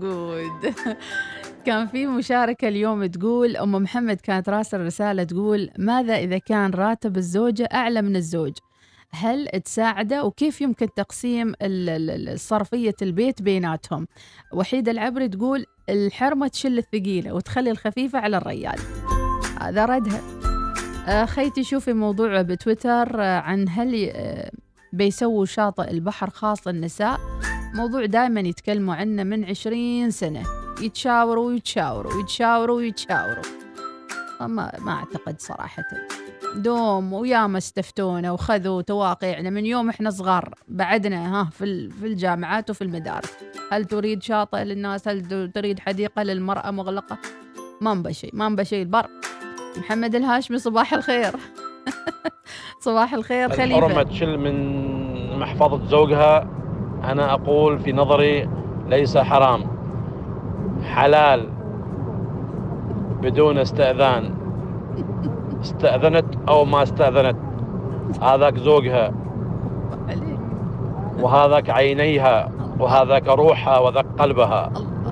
كان في مشاركة اليوم تقول أم محمد كانت راسل رسالة تقول: ماذا إذا كان راتب الزوجة أعلى من الزوج؟ هل تساعده؟ وكيف يمكن تقسيم صرفية البيت بيناتهم؟ وحيدة العبري تقول: الحرمة تشل الثقيلة وتخلي الخفيفة على الريال. هذا ردها. خيتي شوفي موضوع بتويتر عن هل بيسووا شاطئ البحر خاص للنساء. موضوع دائما يتكلموا عنه من 20 سنة، يتشاوروا ما أعتقد صراحة. دوم وياما استفتونا وخذوا تواقيعنا من يوم إحنا صغار بعدنا في الجامعات وفي المدارس. هل تريد شاطئ للناس؟ هل تريد حديقة للمرأة مغلقة؟ ما بشي البر. محمد الهاشمي صباح الخير. صباح الخير خليفة. الحرمة تشل من محفظة زوجها، أنا أقول في نظري ليس حرام، حلال بدون استئذان. استأذنت أو ما استأذنت، هذاك زوجها وهذاك عينيها وهذاك روحها وذاك قلبها.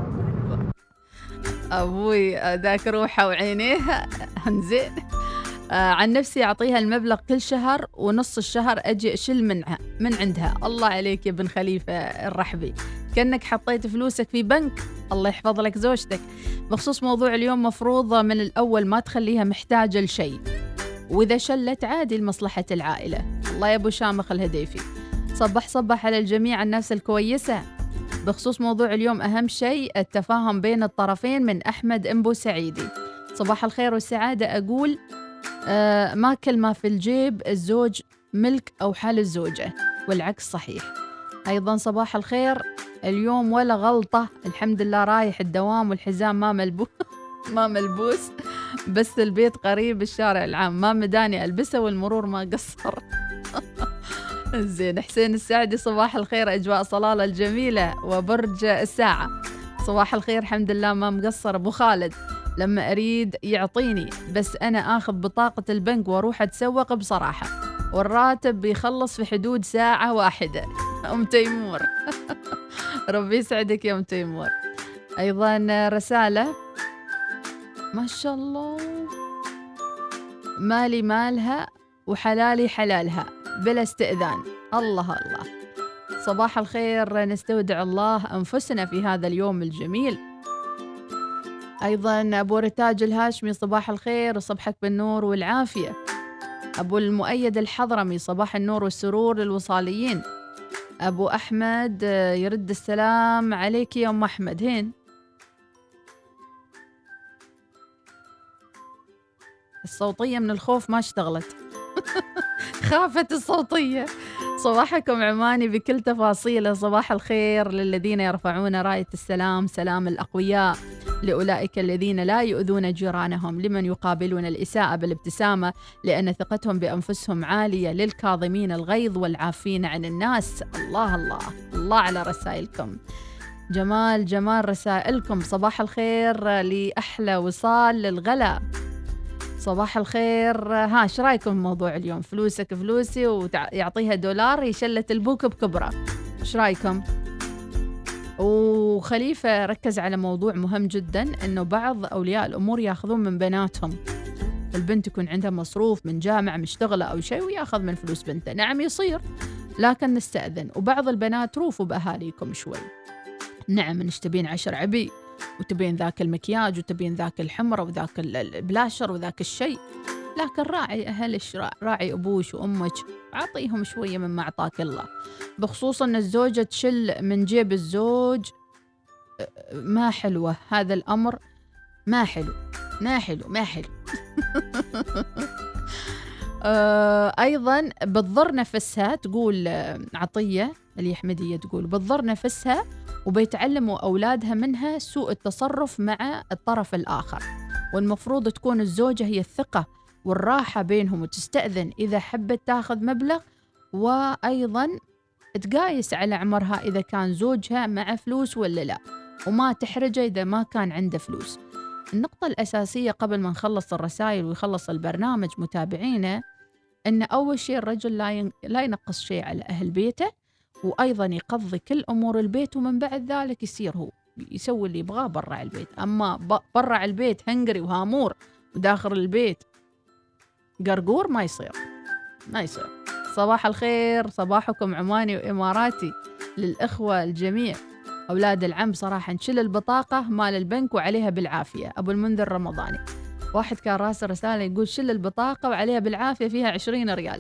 أبوي ذاك روحها وعينيها. انزين، عن نفسي أعطيها المبلغ كل شهر، ونص الشهر أجي أشيل من عندها. الله عليك يا ابن خليفة الرحبي، كأنك حطيت فلوسك في بنك. الله يحفظ لك زوجتك. بخصوص موضوع اليوم، مفروض من الأول ما تخليها محتاجة لشيء، وإذا شلت عادي لمصلحة العائلة. الله يا أبو شامخ الهديفي. صبح على الجميع، الناس الكويسة. بخصوص موضوع اليوم، أهم شيء التفاهم بين الطرفين. من أحمد أنبو سعيدي. صباح الخير والسعادة. أقول ما كل ما في الجيب الزوج ملك أو حال الزوجة، والعكس صحيح. أيضا صباح الخير، اليوم ولا غلطة الحمد لله، رايح الدوام والحزام ما ملبوس، بس البيت قريب الشارع العام، ما مداني ألبسه والمرور ما قصر. زين. حسين السعدي صباح الخير، أجواء صلالة الجميلة وبرج الساعة. صباح الخير، الحمد لله ما مقصر. أبو خالد، لما أريد يعطيني، بس أنا آخذ بطاقة البنك وأروح أتسوق بصراحة، والراتب بيخلص في حدود ساعة واحدة. أم تيمور. ربي يسعدك يا أم تيمور. أيضا رسالة، ما شاء الله، مالي مالها وحلالي حلالها بلا استئذان. الله. صباح الخير، نستودع الله أنفسنا في هذا اليوم الجميل. أيضا أبو رتاج الهاشمي صباح الخير وصبحك بالنور والعافية. أبو المؤيد الحضرمي صباح النور والسرور للوصاليين. أبو أحمد يرد السلام عليك يا أم أحمد. هين الصوتية من الخوف ما اشتغلت. خافت الصوتية. صباحكم عماني بكل تفاصيله. صباح الخير للذين يرفعون راية السلام، سلام الأقوياء لأولئك الذين لا يؤذون جيرانهم، لمن يقابلون الإساءة بالابتسامة لأن ثقتهم بأنفسهم عالية، للكاظمين الغيظ والعافين عن الناس. الله الله الله على رسائلكم، جمال جمال رسائلكم. صباح الخير لأحلى وصال للغلا. صباح الخير. ايش رايكم بموضوع اليوم؟ فلوسك فلوسي ويعطيها دولار يشلت البوك بكبره. ايش رايكم؟ وخليفه ركز على موضوع مهم جدا، انه بعض اولياء الامور ياخذون من بناتهم. البنت يكون عندها مصروف من جامعه مشتغله او شيء وياخذ من فلوس بنته. نعم يصير، لكن نستأذن. وبعض البنات روفوا باهاليكم شوي. نعم نشتبين 10 عبي وتبين ذاك المكياج وتبين ذاك الحمرة وذاك البلاشر وذاك الشيء، لكن راعي أهلش، راعي أبوش وأمك، عطيهم شوية مما أعطاك الله. بخصوص أن الزوجة تشل من جيب الزوج، ما حلوة هذا الأمر، ما حلو ما حلو ما حلو. أيضا بتضر نفسها، تقول عطية اليحمدية، تقول بتضر نفسها وبيتعلموا أولادها منها سوء التصرف مع الطرف الآخر. والمفروض تكون الزوجة هي الثقة والراحة بينهم، وتستأذن إذا حبت تاخذ مبلغ، وأيضا تقايس على عمرها إذا كان زوجها مع فلوس ولا لا، وما تحرجه إذا ما كان عنده فلوس. النقطة الأساسية قبل ما نخلص الرسائل ويخلص البرنامج متابعينا، أن أول شيء الرجل لا ينقص شيء على أهل بيته، وأيضا يقضي كل أمور البيت، ومن بعد ذلك يصير هو يسوي اللي يبغاه برا البيت. أما برا البيت هنجري وهامور، وداخل البيت قرقور، ما يصير ما يصير. صباح الخير، صباحكم عماني وإماراتي للإخوة الجميع. أولاد العم صراحة نشل البطاقة مال البنك وعليها بالعافية. أبو المنذر رمضاني، واحد كان راسل رسالة يقول شل البطاقة وعليها بالعافية فيها 20 ريال.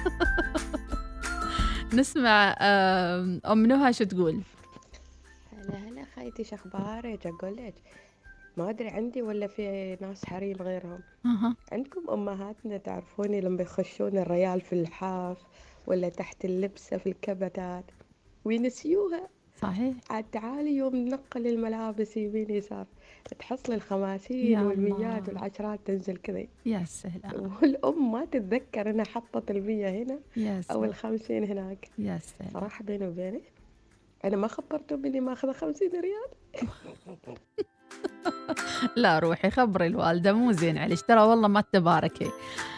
نسمع أم نهى شو تقول. هلا خيتي، شو اخبارك؟ اقول لك ما ادري عندي ولا في ناس حريم غيرهم. عندكم امهاتنا تعرفوني لما يخشون الريال في اللحاف ولا تحت اللبسه في الكبتات وينسيوها. صحيح. عاد تعالي يوم ننقل الملابس يمين يسار تحصل الخماسين والميات والعشرات تنزل كذا. يا سلام. والأم ما تتذكر أنا حطت 100 هنا أو 50 هناك. يا سلام. صراحة بيني وبينك أنا ما خبرتهم إني ماخذة 50 ريال. لا روحي خبري الوالدة، مو زين عليك ترى والله ما تباركي.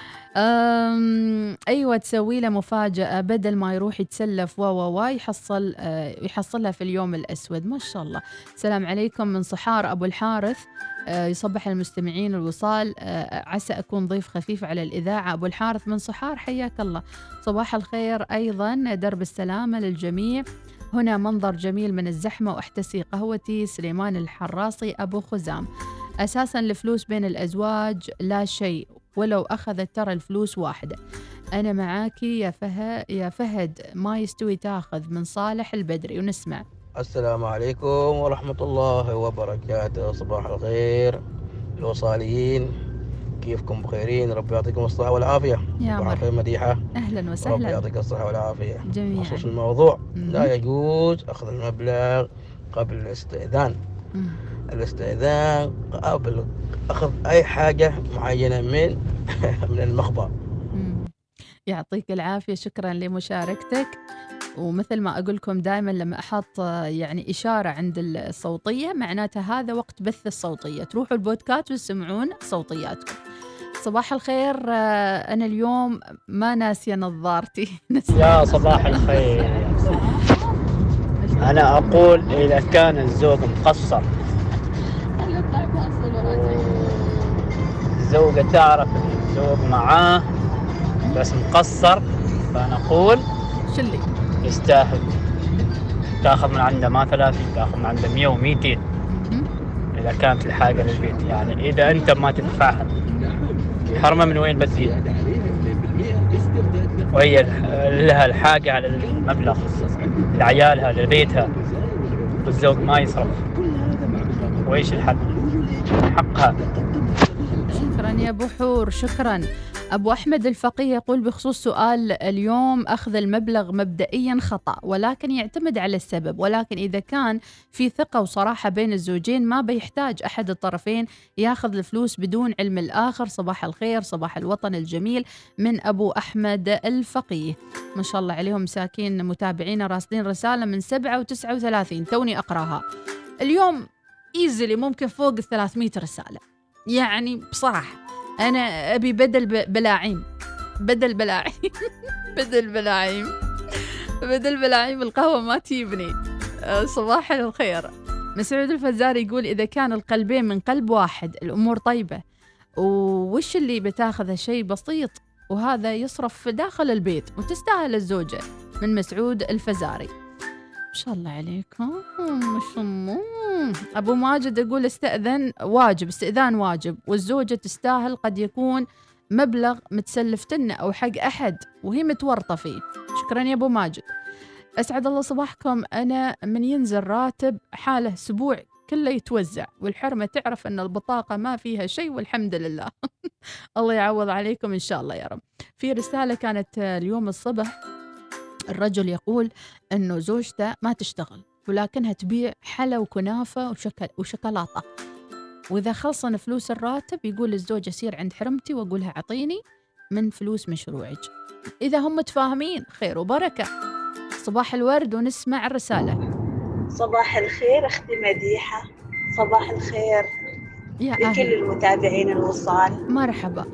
أيوة تسوي له مفاجأة بدل ما يروح يتسلف يحصلها في اليوم الأسود. ما شاء الله. السلام عليكم من صحار أبو الحارث، يصبح المستمعين الوصال، عسى أكون ضيف خفيف على الإذاعة. أبو الحارث من صحار حياك الله، صباح الخير. أيضا درب السلامة للجميع. هنا منظر جميل من الزحمة وأحتسي قهوتي. سليمان الحراصي أبو خزام. أساسا الفلوس بين الأزواج لا شيء ولو أخذت ترى الفلوس واحدة. أنا معاكي يا فهد، ما يستوي تاخذ. من صالح البدري. ونسمع. السلام عليكم ورحمة الله وبركاته. صباح الخير الوصاليين، كيفكم؟ بخيرين؟ ربي يعطيكم الصحة والعافية. يا صباح الخير مديحة. أهلا وسهلا. ربي يعطيك الصحة والعافية. جميعا. بخصوص الموضوع لا يجوز أخذ المبلغ قبل الاستئذان. الاستئذان قبل أخذ أي حاجة معينة من المخبأ. يعطيك العافية، شكرا لمشاركتك. ومثل ما أقول لكم دائما لما أحط يعني إشارة عند الصوتية معناتها هذا وقت بث الصوتية، تروحوا البودكاست وتسمعون صوتياتكم. صباح الخير. أنا اليوم ما ناسية نظارتي. يا صباح الخير. أنا أقول إذا كان الزوج مقصر، الزوجة تعرف أن الزوج معاه بس مقصر، فأنا أقول شلي يستاهل تاخذ من عنده ما 30، تاخذ من عنده 100 و200 إذا كانت الحاجة للبيت. يعني إذا أنت ما تدفعها حرمة من وين بتجي؟ وهي لها الحاجة على المبلغ لعيالها لبيتها، والزوج ما يصرف، وإيش الحل؟ حقها. شكرا يا أبو حور، شكرا. أبو أحمد الفقيه يقول بخصوص سؤال اليوم: أخذ المبلغ مبدئيا خطأ ولكن يعتمد على السبب، ولكن إذا كان في ثقة وصراحة بين الزوجين ما بيحتاج أحد الطرفين ياخذ الفلوس بدون علم الآخر. صباح الخير، صباح الوطن الجميل، من أبو أحمد الفقيه. ما شاء الله عليهم مساكين متابعين راسلين رسالة من 7 و39 توني أقراها اليوم إيزلي، ممكن فوق 300 رسالة. يعني بصراحة أنا أبي بدل بلاعيم بدل بلاعيم بدل بلاعيم بدل بلاعيم القهوة ما تجيبني. صباح الخير. مسعود الفزاري يقول: إذا كان القلبين من قلب واحد الأمور طيبة، وش اللي بتاخذه شيء بسيط وهذا يصرف داخل البيت وتستاهل الزوجة. من مسعود الفزاري. ما شاء الله عليكم، ما شاء الله. أبو ماجد يقول: استئذان واجب والزوجة تستاهل، قد يكون مبلغ متسلفتنا أو حق أحد وهي متورطة فيه. شكرا يا أبو ماجد، أسعد الله صباحكم. أنا من ينزل راتب حاله أسبوع كله يتوزع، والحرمة تعرف أن البطاقة ما فيها شيء والحمد لله. الله يعوض عليكم إن شاء الله يا رب. في رسالة كانت اليوم الصبح، الرجل يقول أنه زوجته ما تشتغل ولكنها تبيع حلا وكنافة وشوكولاتة، وإذا خلصن فلوس الراتب يقول الزوج أسير عند حرمتي وأقولها أعطيني من فلوس مشروعك. إذا هم متفاهمين خير وبركة. صباح الورد ونسمع الرسالة. صباح الخير أختي مديحة، صباح الخير لكل المتابعين الوصال. مرحبا.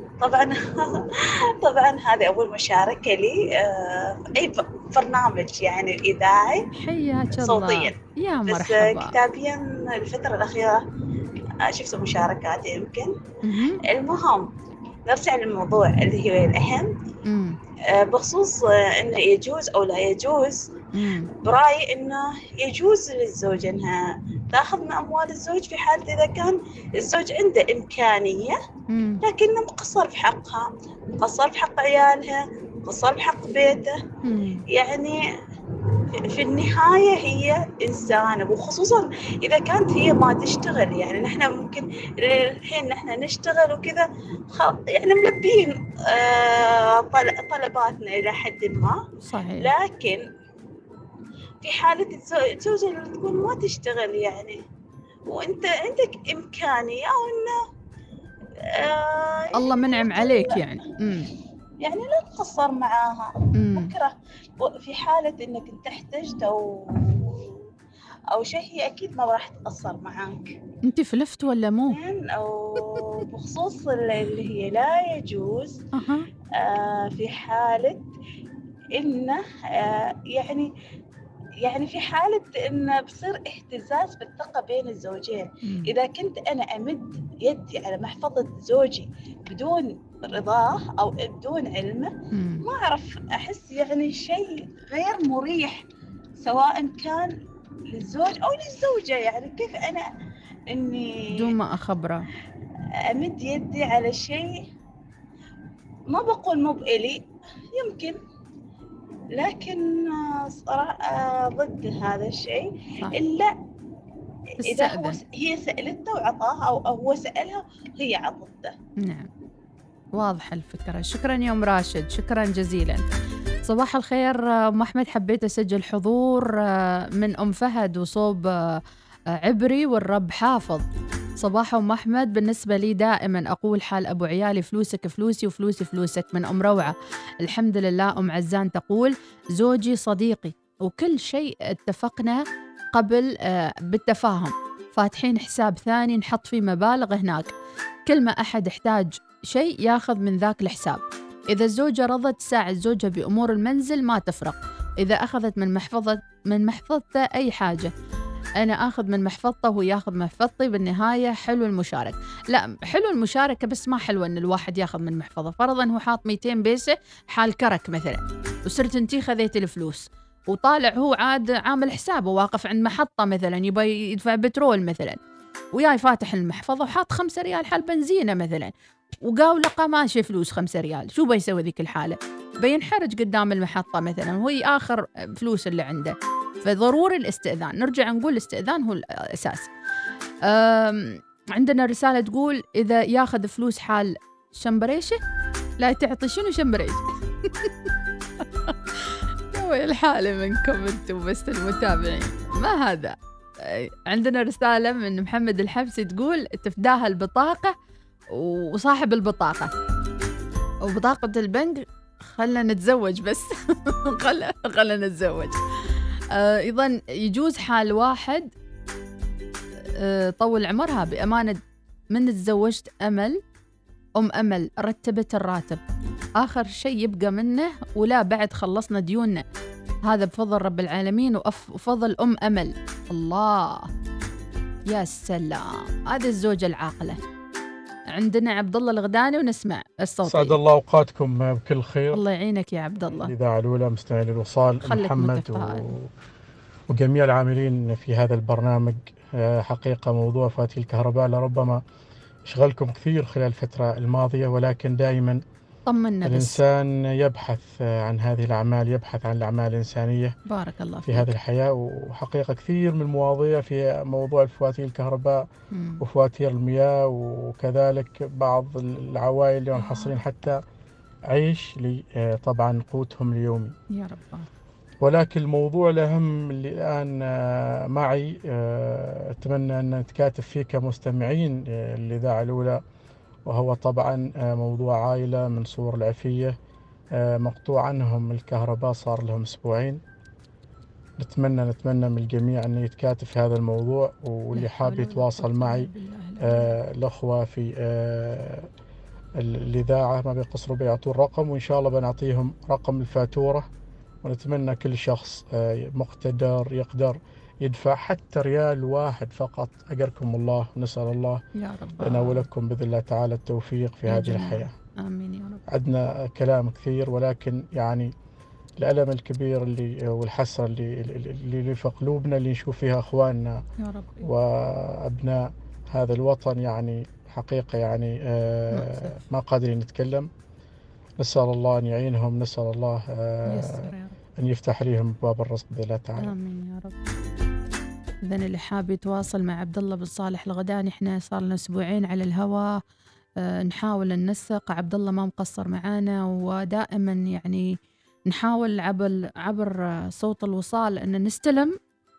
طبعا هذه أول مشاركة لي أي برنامج يعني الإذاعي. حياك الله صوتيا يا مرحبا. بس كتابيا الفترة الأخيرة شفت مشاركات يمكن. المهم نرجع للموضوع اللي هو الأهم بخصوص إنه يجوز أو لا يجوز. برأيي إنه يجوز للزوجة إنها تأخذ من أموال الزوج في حال إذا كان الزوج عنده إمكانية لكنه مقصر في حقها، مقصر في حق عيالها، مقصر في حق بيته. يعني في النهاية هي إنسانة، وخصوصا إذا كانت هي ما تشتغل. يعني نحن ممكن الحين نحن نشتغل وكذا يعني ملبين طلباتنا إلى حد ما. صحيح. لكن في حالة الزوجة اللي تكون ما تشتغل يعني وأنت عندك إمكانية وإنه الله منعم عليك يعني يعني لا تقصر معاها. بكرة في حالة إنك أنت احتجت أو شيء هي أكيد ما راح تقصر معاك. أنت فلفت ولا مو؟ أو بخصوص اللي هي لا يجوز في حالة إنه يعني في حالة إنه بصير اهتزاز بالثقة بين الزوجين. إذا كنت أنا أمد يدي على محفظة زوجي بدون رضاه أو بدون علمه ما أعرف، أحس يعني شيء غير مريح سواء كان للزوج أو للزوجة. يعني كيف أنا إني بدون ما أخبره أمد يدي على شيء ما بقول مو بإلي يمكن، لكن صراحة ضد هذا الشيء. إلا إذا هي سألته وعطاها أو هو سألها وهي عطته. نعم، واضح الفكرة. شكرا يا أم راشد، شكرا جزيلا. صباح الخير أم أحمد، حبيت أسجل حضور من أم فهد وصوب عبري والرب حافظ. صباح أم أحمد، بالنسبة لي دائما أقول حال أبو عيالي فلوسك فلوسي وفلوسي فلوسك. من أم روعة. الحمد لله. أم عزان تقول زوجي صديقي وكل شيء اتفقنا قبل بالتفاهم، فاتحين حساب ثاني نحط فيه مبالغ هناك، كل ما أحد احتاج شيء ياخذ من ذاك الحساب. إذا الزوجة رضت تساعد زوجها بأمور المنزل ما تفرق، إذا أخذت من محفظته أي حاجة أنا أخذ من محفظته وهو ياخذ محفظتي. بالنهاية حلو المشاركة. لا حلو المشاركة بس ما حلو أن الواحد ياخذ من محفظة. فرضاً هو حاط 200 بيسة حال كرك مثلا وصرت انتي خذيت الفلوس وطالع هو عاد عامل حسابه واقف عند محطة مثلا يبي يدفع بترول مثلا وياي فاتح المحفظة وحاط 5 ريال حال بنزينة مثلا وقاول لقى ماشي فلوس 5 ريال، شو بيسوي ذيك الحالة؟ بينحرج قدام المحطة مثلا وهي آخر فلوس اللي عنده. فضروري الاستئذان. نرجع نقول الاستئذان هو الأساس. عندنا رسالة تقول إذا ياخذ فلوس حال شمبريشة لا تعطي شنو شمبريشة. يا الحالة منكم أنتم بس المتابعين ما هذا. عندنا رسالة من محمد الحبسي تقول تفداها البطاقة وصاحب البطاقة وبطاقة البنك خلنا نتزوج بس. خلنا نتزوج. أيضا يجوز حال واحد طول عمرها بأمانة من تزوجت أم أمل رتبت الراتب آخر شيء يبقى منه ولا بعد خلصنا ديوننا، هذا بفضل رب العالمين وفضل أم أمل. الله يا سلام، هذه الزوجة العاقلة. عندنا عبد الله الغداني ونسمع الصوت. سعد الله أوقاتكم بكل خير. الله يعينك يا عبد الله. الإذاعة الأولى مستمعين الوصال محمد وجميع العاملين في هذا البرنامج. حقيقة موضوع فواتير الكهرباء لربما شغلكم كثير خلال الفترة الماضية، ولكن دائما طمنا الإنسان يبحث عن هذه الأعمال، يبحث عن الأعمال الإنسانية بارك الله في هذه الحياة. وحقيقة كثير من المواضيع في موضوع الفواتير الكهرباء وفواتير المياه، وكذلك بعض العوائل اللي منحصرين حتى عيش طبعا قوتهم اليومي. يا رب. ولكن الموضوع الأهم اللي الآن معي أتمنى أن نتكاتف فيه كمستمعين الإذاعة الأولى، وهو طبعا موضوع عائلة من صور العفية مقطوع عنهم الكهرباء صار لهم أسبوعين. نتمنى من الجميع أن يتكاتف في هذا الموضوع، واللي حاب يتواصل معي الأخوة في الإذاعة ما بيقصروا بيعطوا الرقم، وإن شاء الله بنعطيهم رقم الفاتورة. ونتمنى كل شخص مقتدر يقدر يدفع حتى ريال واحد فقط أجركم الله. نسأل الله يا رب لنا ولكم بإذن الله تعالى التوفيق في هذه الحياة. آمين يا رب. عندنا كلام كثير، ولكن يعني الألم الكبير اللي والحسرة اللي في قلوبنا اللي نشوف فيها أخواننا وأبناء هذا الوطن، يعني حقيقة يعني ما قادرين نتكلم. نسأل الله أن يعينهم، نسأل الله أن يفتح لهم باب الرزق بإذن الله تعالى. آمين يا رب. إذن اللي حاب يتواصل مع عبد الله بن صالح الغداني، إحنا صار لنا أسبوعين على الهواء نحاول ننسق. عبد الله ما مقصر معانا، ودائما يعني نحاول عبر صوت الوصال أن نستلم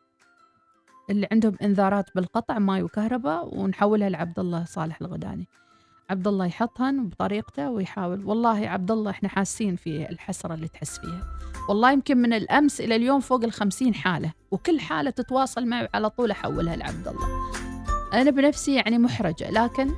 اللي عندهم إنذارات بالقطع ماي وكهرباء ونحولها لعبد الله صالح الغداني. عبد الله يحطهن بطريقته ويحاول. والله عبد الله احنا حاسين في الحسرة اللي تحس فيها. والله يمكن من الأمس إلى اليوم فوق 50 حالة، وكل حالة تتواصل معي على طول أحولها لعبد الله. أنا بنفسي يعني محرجة، لكن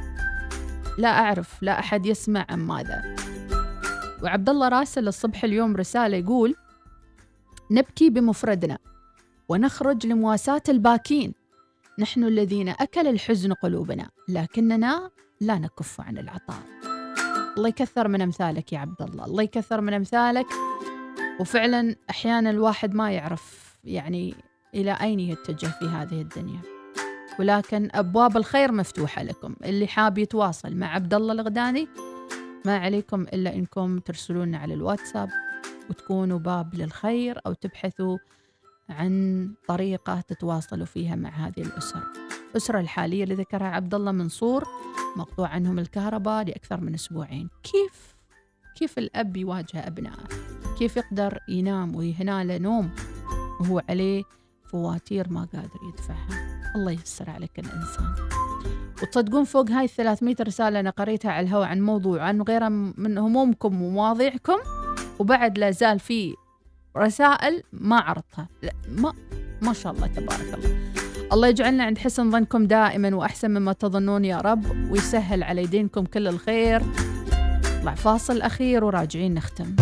لا أعرف، لا أحد يسمع عن ماذا. وعبد الله راسل الصبح اليوم رسالة يقول: نبكي بمفردنا ونخرج لمواساة الباكين، نحن الذين أكل الحزن قلوبنا لكننا لا نكف عن العطاء. الله يكثر من أمثالك يا عبد الله، الله يكثر من أمثالك. وفعلا أحيانا الواحد ما يعرف يعني إلى أين يتجه في هذه الدنيا، ولكن أبواب الخير مفتوحة لكم. اللي حاب يتواصل مع عبد الله الغداني ما عليكم إلا إنكم ترسلون على الواتساب وتكونوا باب للخير، أو تبحثوا عن طريقة تتواصلوا فيها مع هذه الأسرة الحالية اللي ذكرها عبد الله من صور مقطوع عنهم الكهرباء لأكثر من أسبوعين. كيف الأب يواجه أبنائه؟ كيف يقدر ينام ويهنا له نوم وهو عليه فواتير ما قادر يدفعها؟ الله ييسر عليك الإنسان. وتصدقون فوق هاي 300 رسالة أنا قريتها على الهواء عن موضوع عن غيرها من همومكم ومواضيعكم، وبعد لا زال في رسائل ما عرضتها. ما شاء الله تبارك الله. الله يجعلنا عند حسن ظنكم دائما وأحسن مما تظنون يا رب، ويسهل على يدينكم كل الخير. نطلع فاصل أخير وراجعين نختم.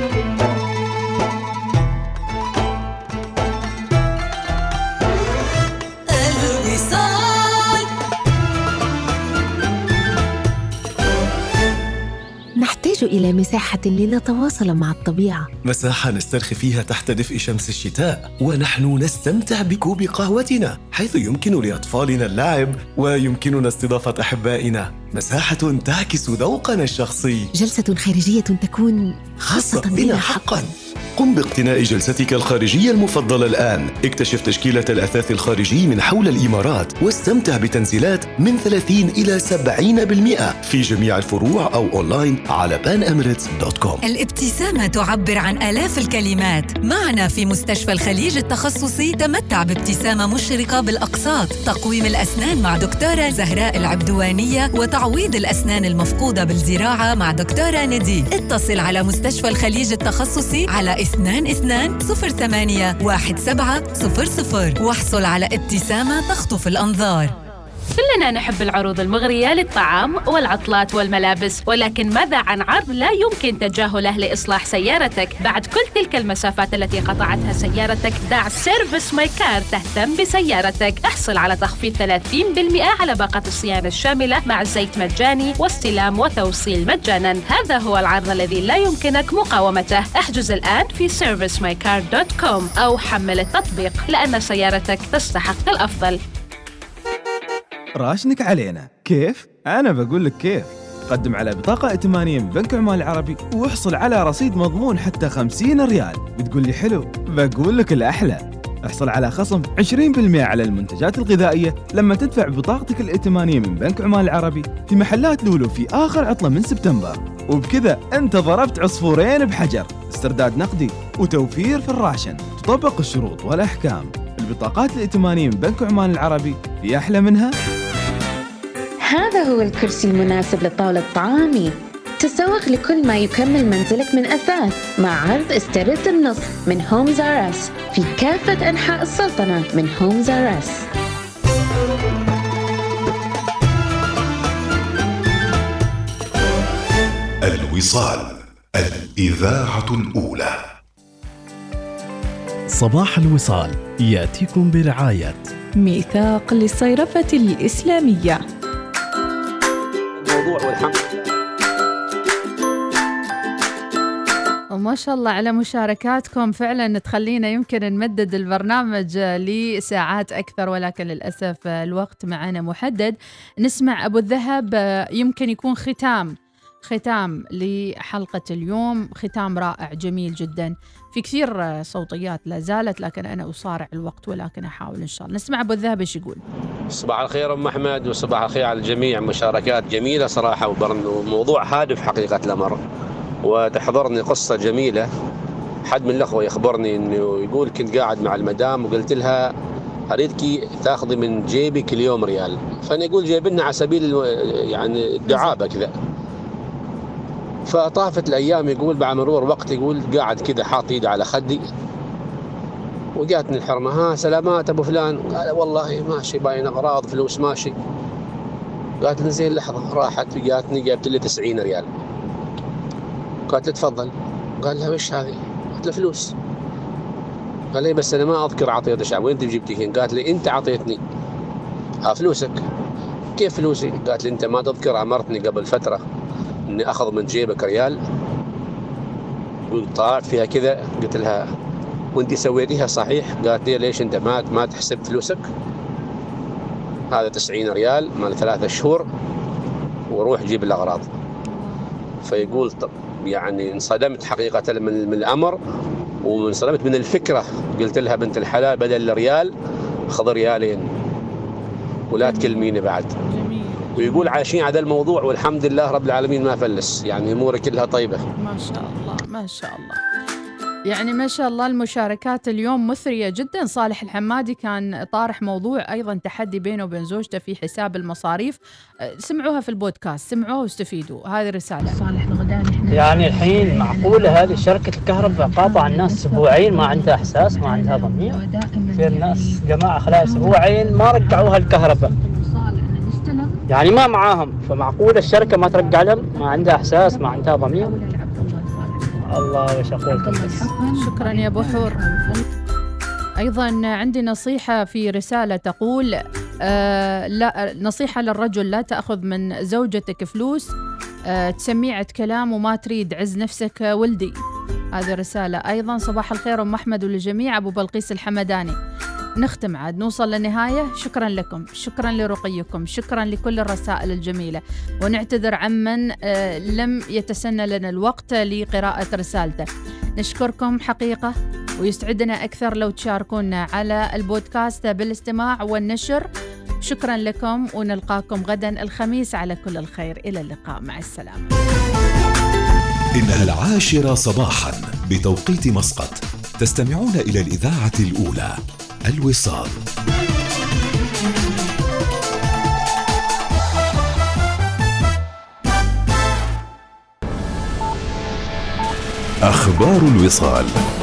نحتاج إلى مساحة لنتواصل مع الطبيعة، مساحة نسترخي فيها تحت دفء شمس الشتاء ونحن نستمتع بكوب قهوتنا، حيث يمكن لأطفالنا اللعب ويمكننا استضافة أحبائنا، مساحة تعكس ذوقنا الشخصي، جلسة خارجية تكون خاصة بنا حقا. قم باقتناء جلستك الخارجية المفضلة الآن. اكتشف تشكيلة الأثاث الخارجي من حول الإمارات واستمتع بتنزيلات من 30 إلى 70% في جميع الفروع أو أونلاين على panemirates.com. الابتسامة تعبر عن آلاف الكلمات. معنا في مستشفى الخليج التخصصي تمتع بابتسامة مشرقة بالأقساط، تقويم الأسنان مع دكتورة زهراء العبدوانية، وتعويض الأسنان المفقودة بالزراعة مع دكتورة ندي. اتصل على مستشفى الخليج التخصصي على 22-08-1700 واحصل على ابتسامة تخطف الأنظار. كلنا نحب العروض المغرية للطعام والعطلات والملابس، ولكن ماذا عن عرض لا يمكن تجاهله لإصلاح سيارتك؟ بعد كل تلك المسافات التي قطعتها سيارتك، دع سيرفيس ماي كار تهتم بسيارتك. احصل على تخفيض 30% على باقة الصيانة الشاملة مع زيت مجاني واستلام وتوصيل مجانا. هذا هو العرض الذي لا يمكنك مقاومته. احجز الآن في servicemycar.com أو حمل التطبيق، لأن سيارتك تستحق الأفضل. راشنك علينا. كيف؟ أنا بقول لك كيف. قدم على بطاقة ائتمانية من بنك عمان العربي واحصل على رصيد مضمون حتى 50 ريال. بتقول لي حلو؟ بقول لك الأحلى. احصل على خصم 20% على المنتجات الغذائية لما تدفع بطاقتك الائتمانية من بنك عمان العربي في محلات لولو في آخر عطلة من سبتمبر. وبكذا أنت ضربت عصفورين بحجر، استرداد نقدي وتوفير في الراشن. تطبق الشروط والأحكام. البطاقات الائتمانية من بنك عمان العربي، في أحلى منها؟ هذا هو الكرسي المناسب للطاولة الطعامي. تسوق لكل ما يكمل منزلك من أثاث مع عرض استرد النص من هومز آر أس في كافة أنحاء السلطنة من هومز آر أس. الوصال، الإذاعة الأولى. صباح الوصال يأتيكم برعاية ميثاق للصيرفة الإسلامية. الموضوع والحمد وما شاء الله على مشاركاتكم، فعلا تخلينا يمكن نمدد البرنامج لساعات أكثر، ولكن للأسف الوقت معنا محدد. نسمع أبو الذهب، يمكن يكون ختام لحلقة اليوم، ختام رائع جميل جدا. في كثير صوتيات لا زالت، لكن أنا أصارع الوقت، ولكن أحاول إن شاء الله. نسمع أبو الذهب إيش يقول. صباح الخير أم أحمد، وصباح الخير على الجميع. مشاركات جميلة صراحة، وموضوع هادف حقيقة الأمر. وتحضرني قصة جميلة. حد من الأخوة يخبرني إنه يقول كنت قاعد مع المدام وقلت لها أريدك تأخذي من جيبك اليوم ريال، فأنا يقول جايبنا على سبيل يعني الدعابة كذا. فطافت الأيام، يقول بعد مرور وقت، يقول قاعد كذا حاط إيده على خدي، وجاتني الحرمة، ها سلامات أبو فلان. قال والله ماشي، باين أغراض فلوس ماشي. قالت لي زين لحظة، راحت وجاتني جابت لي 90 ريال. قالت لي تفضل. قال لها وش هذه؟ قالت له فلوس. قال لي بس أنا ما أذكر عطيتك، وين أنت جبتيهن؟ قالت لي أنت عطيتني. فلوسك. كيف فلوسي؟ قالت لي أنت ما تذكر أمرتني قبل فترة إني أخذ من جيبك ريال؟ طلعت فيها كذا، قلت لها وأنت سويتيها صحيح؟ قالت لي ليش أنت ما تحسب فلوسك؟ هذا 90 ريال مال 3 شهور، وروح جيب الأغراض. فيقول يعني انصدمت حقيقة من الأمر، وانصدمت من الفكرة. قلت لها بنت الحلال، بدل الريال خذ ريالين ولا تكلميني بعد. ويقول عايشين على الموضوع، والحمد لله رب العالمين ما فلس، يعني أموري كلها طيبة. ما شاء الله ما شاء الله، يعني ما شاء الله. المشاركات اليوم مثرية جدا. صالح الحمادي كان طارح موضوع أيضا تحدي بينه وبين زوجته في حساب المصاريف. سمعوها في البودكاست، سمعوها واستفيدوا. هذه رسالة صالح الغداني. يعني الحين معقولة هذه شركة الكهرباء قاطع الناس أسبوعين ما عندها إحساس، ما عندها ضمير؟ في الناس جماعة خلال أسبوعين ما رجعوها الكهرباء، يعني ما معاهم، فمعقولة الشركة ما ترجع لهم؟ ما عندها إحساس، ما عندها ضمير؟ الله وش أقول. شكرا يا أبو حور. أيضا عندي نصيحة في رسالة تقول لا، نصيحة للرجل: لا تأخذ من زوجتك فلوس تسميعة كلام وما تريد، عز نفسك ولدي. هذه رسالة أيضا. صباح الخير أم أحمد وللجميع. أبو بلقيس الحمداني. نختم عاد، نوصل للنهاية. شكرا لكم، شكرا لرقيكم، شكرا لكل الرسائل الجميلة، ونعتذر عمن لم يتسنى لنا الوقت لقراءة رسالته. نشكركم حقيقة، ويسعدنا أكثر لو تشاركونا على البودكاست بالاستماع والنشر. شكرا لكم، ونلقاكم غدا الخميس على كل الخير. إلى اللقاء، مع السلامة. إنها 10 صباحا بتوقيت مسقط. تستمعون إلى الإذاعة الأولى، الوصال. أخبار الوصال.